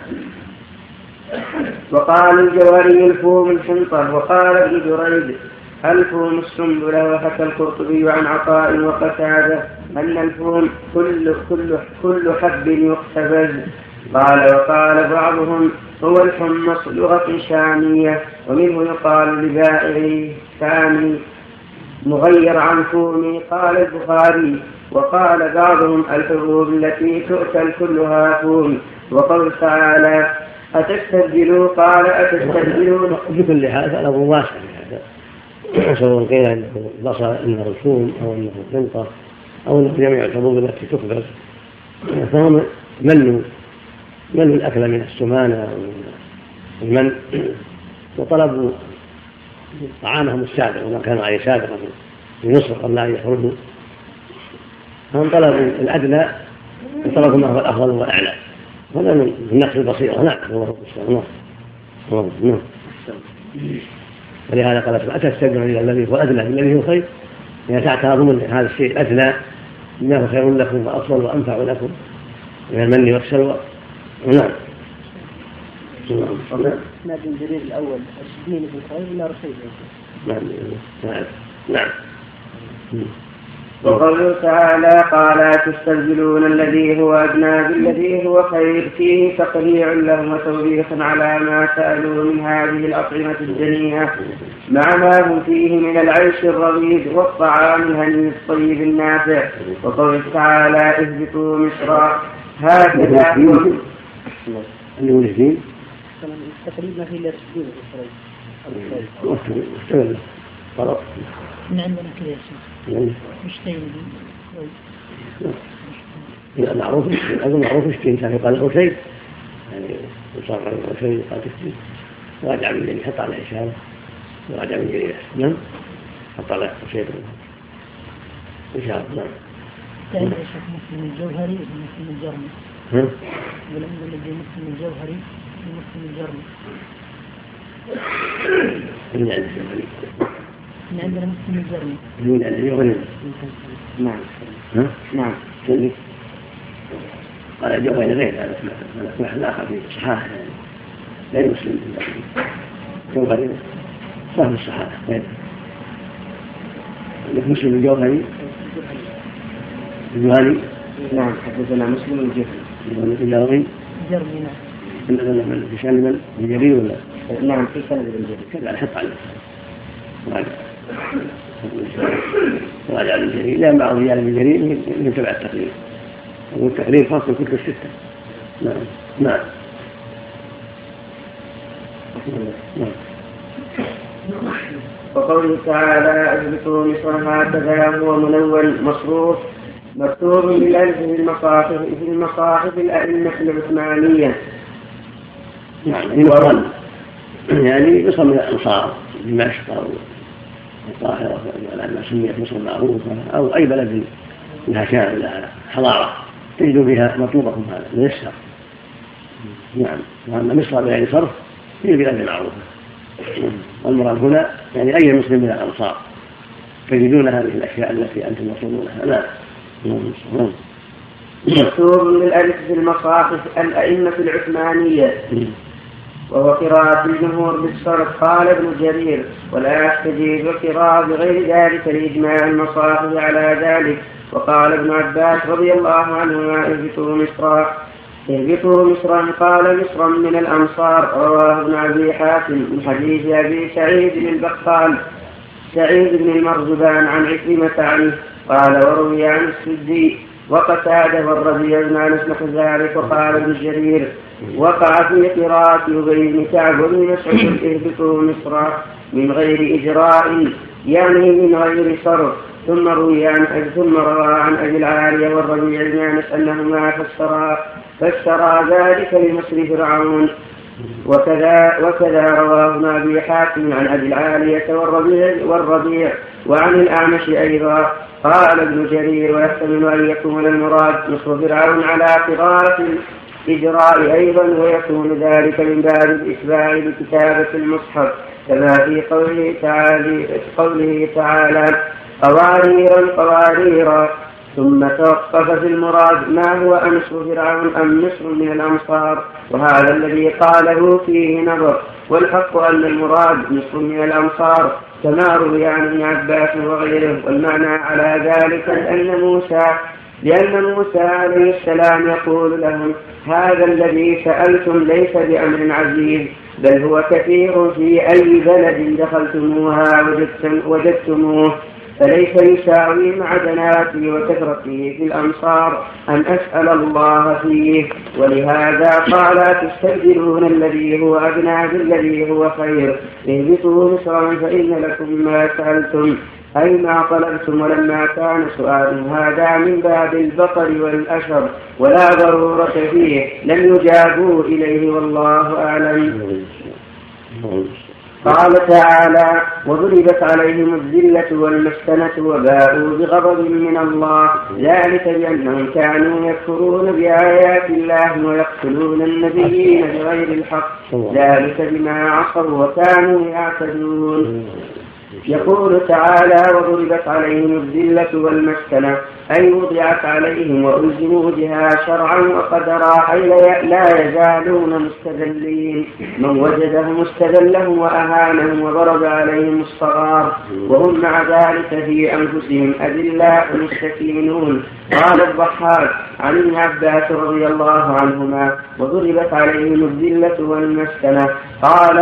وقال الجوهري الفوم الحنطة. وقال ابن جريج الفوم السنبلة. وحكى القرطبي عن عطاء وقتادة أن الفوم كل حب يقتبز. وقال بعضهم هو الحمص لغة شامية ومنه يقال لبائعي ثاني مغير عن فومي. قال البخاري وقال بعضهم الحبوب التي تؤكل كلها فوم. وقول تعالى أتستبدلوا قال أتستبدلون. بكل هذا له واسع سواء قيل انه البصل انه الفوم او انه الحنطة او انه جميع الحبوب التي تخبز، فهم ملوا الاكل من السمانة والمن وطلبوا طعامهم السابق وما كانوا عليه سابقا في مصر قبل ان يخرجوا، فهم طلبوا الادنى وطلبوا ما هو الافضل والاعلى. هذا من نقص البصيرة. نعم. ولهذا قال أتستبدلون إلى الذي هو أدنى بالذي هو خير، يعني تعترضون هذا الشيء الأدنى إنه خير لكم وأفضل وأنفع لكم من المن والسلوى. نعم. ابن جرير الأول الدين في الخير ولا رشيد؟ نعم. وقوله تعالى قال تستبدلون الذي هو أدنى بالذي هو خير فيه تقريع لهم وتوبيخ على ما سألوا من هذه الأطعمة الدنيئة مع ما هم فيه من العيش الرغيد والطعام الهني الطيب النافع. وقوله تعالى اهبطوا مصرا هكذا تقريبا في الأسفل من عندنا كذا يا شيخ مش تيم معروف اشتين كان يقال له شيء يعني وصار له شيء يقال تشتين راجع بالليل يحط على إشارة راجع من جريرة. نعم أطلع شيء إن شاء الله. كان الشيخ مسلم الجوهري ومسلم الجرمي. والأمر الذي مسلم الجوهري ومسلم الجرمي. من عند الجوهري. من عندنا مسلم الجرمي. من عند الجوهري. نعم. نعم. قال الجوهري غير هذا اسمه الآخر في الصحاح غير مسلم الجوهري صاحب الصحاح غير مسلم الجوهري الجوهري. نعم حدثنا مسلم الجوهري. جرمي نعم. في شأن من الجرير ولا؟ نعم في سند الجرير. كذا حط عليه. راجع الجرير لا بعض رجال الجرير من تبع التقرير. والتقرير خاص بكتب الستة. نعم. وقوله تعالى اهبطوا مصر هكذا هو منون مصروف مكتوب بالالف في المصاحف الائمه العثمانيه. يعني مصر من الانصار دمشق او القاهره لما سميت مصر معروفه او اي بلد لها شان لها حضاره تجد فيها مطلوبكم هذا ميسر. نعم. وأما مصر بغير صرف هي بلاد معروفة. والمراد هنا يعني أي مسلم من الأنصار تجدون هذه الأشياء التي أنتم مطلوبونها. لا. مكتوب بالألف في المصاحف الأئمة العثمانية وهو قراءة الجمهور بالصرف. قال ابن جرير ولا يستجيب القراءة بغير ذلك لإجماع المصاحف على ذلك. وقال ابن عباس رضي الله عنهما اهبطوا مصرا. قال مصرا من الأمصار. رواه ابن أبي حاتم من حديث أبي سعيد بن البقال سعيد بن المرزبان عن عكرمة عنه قال وروي عن السدي وقتاده والربيع بن أنس نحو ذلك. وقال ابن جرير وقع في قراءة أبي بن كعب وابن مسعود اهبطوا مصرا من غير إجراء يعني من غير صرف. ثم روى عن أبي العالية والربيع بن أنس أنهما فسرا ذلك لمصر فرعون. وكذا رواه ابن أبي حاتم عن أبي العالية والربيع وعن الأعمش أيضا. قال ابن جرير ويحتمل أن يكون المراد مصر فرعون على قراءة الإجراء أيضا ويكون ذلك من باب الإتباع بكتابة المصحف كما في قوله تعالى قواريرا. ثم توقف في المراد ما هو أمصر فرعون أم مصر من الأمصار وهذا الذي قاله فيه نظر. والحق أن المراد مصر من الأمصار كما روي عن ابن عباس وغيره. والمعنى على ذلك لأن موسى عليه السلام يقول لهم هذا الذي سألتم ليس بأمر عزيز بل هو كثير في أي بلد دخلتموها وجدتموه فليس يساوي معدناتي وكثرتي في الأمصار أن أسأل الله فيه. ولهذا قال تستبدلون الذي هو أدنى بالذي هو خير اهبطوا مصرا فإن لكم ما سألتم أي ما طلبتم. ولما كان سؤال هذا من باب البطر والأشر ولا ضرورة فيه لم يجابوا إليه والله أعلم. قال تعالى وضربت عليهم الذلة والمسكنة وباءوا بغضب من الله ذلك بأنهم كانوا يكفرون بآيات الله ويقتلون النبيين بغير الحق ذلك بما عصوا وكانوا يعتدون. يقول تعالى وضربت عليهم الذلة والمسكنة أي وضعت عليهم وألزموا بها شرعا وقدرا أي لا يزالون مستذلين. من وجدهم استذلهم وأهانهم وضرب عليهم الصغار وهم مع ذلك في أنفسهم أذلاء مستكينون. قال الضحاك عن ابن عباس رضي الله عنهما وضربت عليهم الذلة والمسكنة قال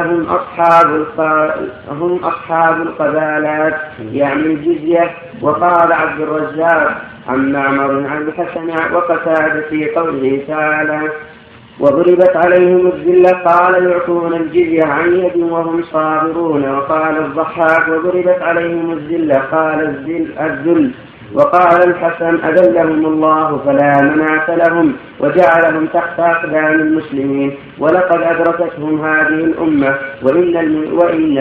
هم أصحاب القبالات يعني الجزية. وقال عبد الرزاق عن معمر عن الحسن وقتادة في قوله تعالى وضربت عليهم الذلة قال يعطون الجزية عن يد وهم صابرون. وقال الضحاك وضربت عليهم الذلة قال الذل وقال الحسن أذلهم الله فلا مناة لهم وجعلهم تحت أقدام المسلمين ولقد أدركتهم هذه الأمة وإن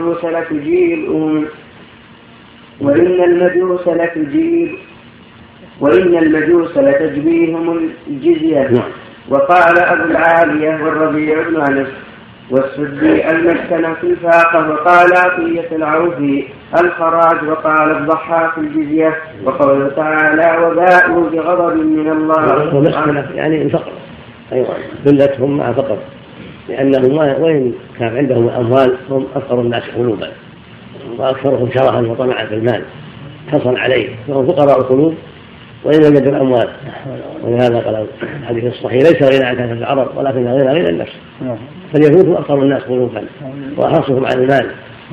المجوس لتجبيهم الجزية. وقال أبو العالية والربيع بن أنس والسدي المسكن في الفاقة. وقال عطية العوفي الخراج. وقال الضحاك الجزية. وقوله تعالى وباءوا بغضب من الله ومسكنة يعني الفقر أيضا ذلتهم مع فقر لأنهم وإن كان عندهم الأموال هم أفقر الناس قلوبا وأكثرهم شرها وطمعا في المال حصل عليه فهم فقراء القلوب وإن وجدوا الأموال. ولهذا قال الحديث الصحيح ليس غنى عن كثرة العرب ولكن غنى النفس. فاليهود هم أكثر الناس قلوبا وأحرصهم على المال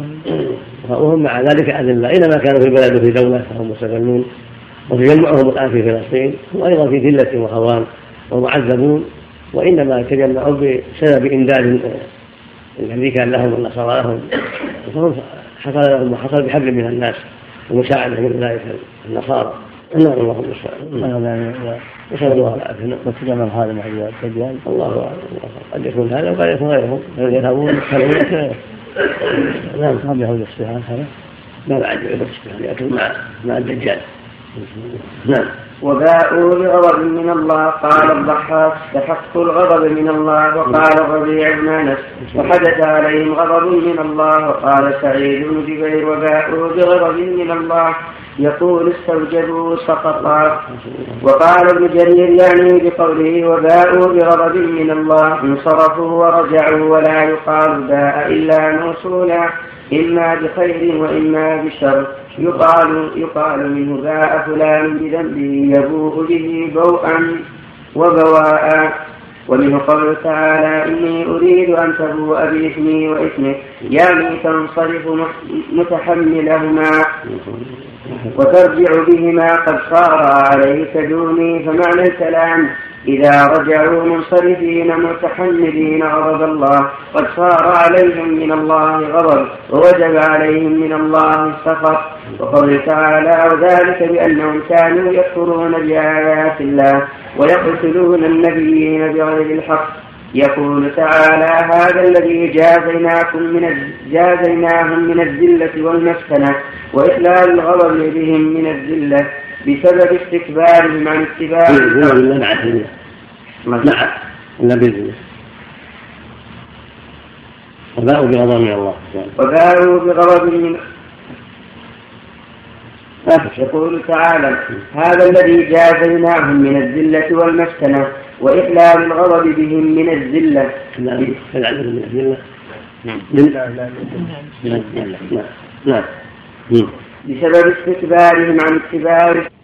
وهم مع ذلك أذلة أينما كانوا في البلد وفي دولة فهم مستغلون. وتجمعهم الآن في فلسطين وأيضا في ذلة وهوان ومعذبون وإنما تجمعوا بسبب إمداد الذي كان لهم والنصارى لهم فهم حصل لهم وحصل بحبل من الناس ومساعدة من أولئك النصارى. الله المستعان. نسأل الله العافية. وتجمع هذا مع الدجال الله أعلم قد يكون هذا وقد يكون غيرهم يذهبون يتكلمون. نعم هم يهود الصحيحان هذا ما بعد يهود الصحيحان يأكل مع الدجال. نعم. وباءوا بغضب من الله. قال الضحاك استحق الغضب من الله. وقال الربيع بن أنس وحدث عليهم غضب من الله. وقال سعيد بن جبير وباءوا بغضب من الله يقول استوجبوا سقطا. وقال ابن جرير يعني بقوله وباءوا بغضب من الله انصرفوا ورجعوا ولا يقال باء إلا موصولا إما بخير وإما بشر. يقال منه باء فلان بذنبه يبوء به بوءا وبواء. ومنه قوله تعالى إني أريد أن تبوء بإثمي وإثمك يعني تنصرف متحملهما وترجع بهما قد صار عليك دوني. فمعنى الكلام إذا رجعوا منصرفين متحملين غضب الله قد صار عليهم من الله غضب ووجب عليهم من الله سخط. وقوله تعالى وذلك بأنهم كانوا يكفرون بآيات الله ويقتلون النبيين بغير الحق. يقول تعالى هذا الذي جازيناهم من الذلة والمسكنة وإخلال الغضب بهم من الذلة بسبب استكبارهم عن اتباع وباءوا بغضب من الله. يقول تعالى هذا الذي جازيناهم من الذلة والمسكنة وإخلال الغضب بهم من الذلة بسبب استكبارهم عن اتباع